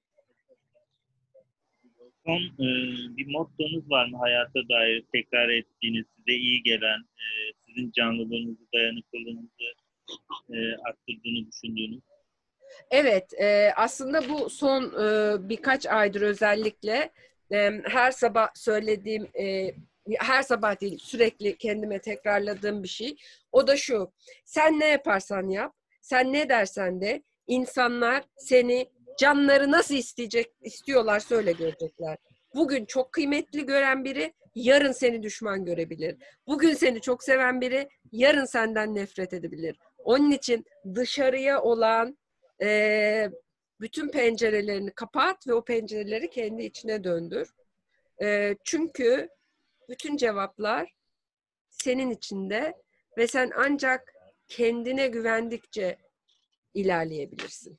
Speaker 2: Son bir mottonuz var mı hayata dair tekrar ettiğiniz, size iyi gelen, sizin canlılığınızı, dayanıklılığınızı arttırdığını düşündüğünüz?
Speaker 1: Evet, aslında bu son birkaç aydır özellikle her sabah söylediğim her sabah değil, sürekli kendime tekrarladığım bir şey. O da şu: sen ne yaparsan yap, sen ne dersen de insanlar seni canları nasıl istiyorlarsa öyle görecekler. Bugün çok kıymetli gören biri yarın seni düşman görebilir. Bugün seni çok seven biri yarın senden nefret edebilir. Onun için dışarıya olan bütün pencerelerini kapat ve o pencereleri kendi içine döndür. Çünkü bütün cevaplar senin içinde ve sen ancak kendine güvendikçe ilerleyebilirsin.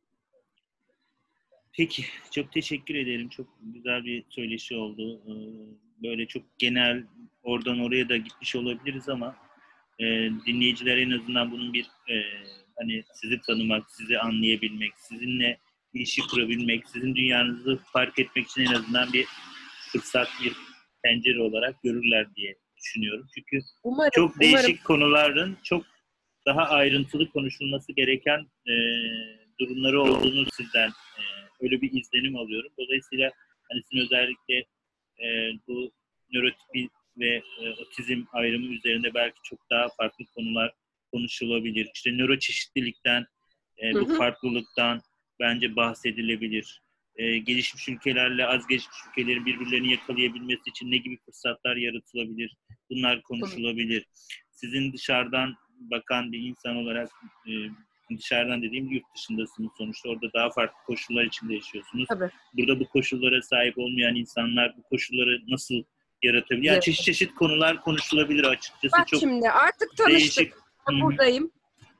Speaker 2: Peki, çok teşekkür ederim. Çok güzel bir söyleşi oldu. Böyle çok genel, oradan oraya da gitmiş olabiliriz ama dinleyiciler en azından bunun bir hani sizi tanımak, sizi anlayabilmek, sizinle ilişki kurabilmek, sizin dünyanızı fark etmek için en azından bir fırsat, bir pencere olarak görürler diye düşünüyorum. Çünkü çok değişik konuların çok daha ayrıntılı konuşulması gereken durumları olduğunu sizden öyle bir izlenim alıyorum. Dolayısıyla hani sizin özellikle bu nörotipi ve otizm ayrımı üzerinde belki çok daha farklı konular konuşulabilir. İşte nöroçeşitlilikten, bu farklılıktan bence bahsedilebilir. Gelişmiş ülkelerle az gelişmiş ülkelerin birbirlerini yakalayabilmesi için ne gibi fırsatlar yaratılabilir? Bunlar konuşulabilir. Sizin dışarıdan bakan bir insan olarak, dışarıdan dediğim yurt dışındasınız sonuçta. Orada daha farklı koşullar içinde yaşıyorsunuz.
Speaker 1: Tabii.
Speaker 2: Burada bu koşullara sahip olmayan insanlar bu koşulları nasıl yaratabilir? Yani çeşit çeşit konular konuşulabilir açıkçası.
Speaker 1: Bak
Speaker 2: çok
Speaker 1: şimdi artık tanıştık.
Speaker 2: değişik.
Speaker 1: Ben buradayım.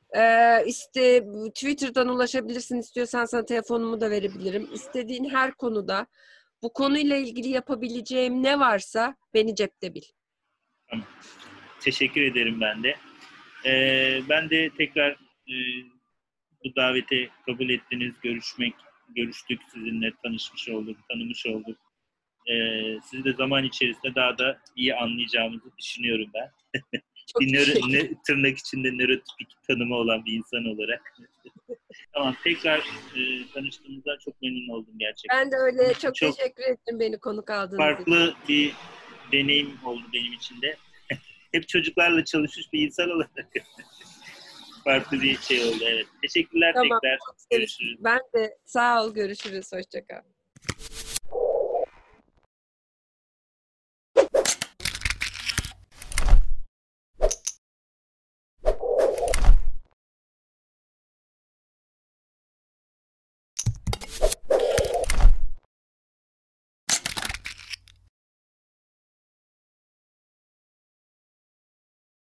Speaker 1: Twitter'dan ulaşabilirsin. İstiyorsan sana telefonumu da verebilirim. İstediğin her konuda bu konuyla ilgili yapabileceğim ne varsa beni cepte bil.
Speaker 2: Tamam. Teşekkür ederim ben de. Ben de tekrar bu davete kabul ettiniz. Görüştük sizinle, tanışmış olduk, tanımış olduk. Sizi de zaman içerisinde daha da iyi anlayacağımızı düşünüyorum ben. Tırnak içinde nörotipik tanımı olan bir insan olarak. Tamam, tekrar tanıştığımızda çok memnun oldum gerçekten.
Speaker 1: Ben de öyle. Çok teşekkür ederim beni konuk aldığınız için.
Speaker 2: Farklı bir deneyim oldu benim için de. Hep çocuklarla çalışmış bir insan olarak farklı bir şey oldu. Evet. Teşekkürler tamam, tekrar. Görüşürüz.
Speaker 1: Ben de sağ ol. Görüşürüz. Hoşça kal.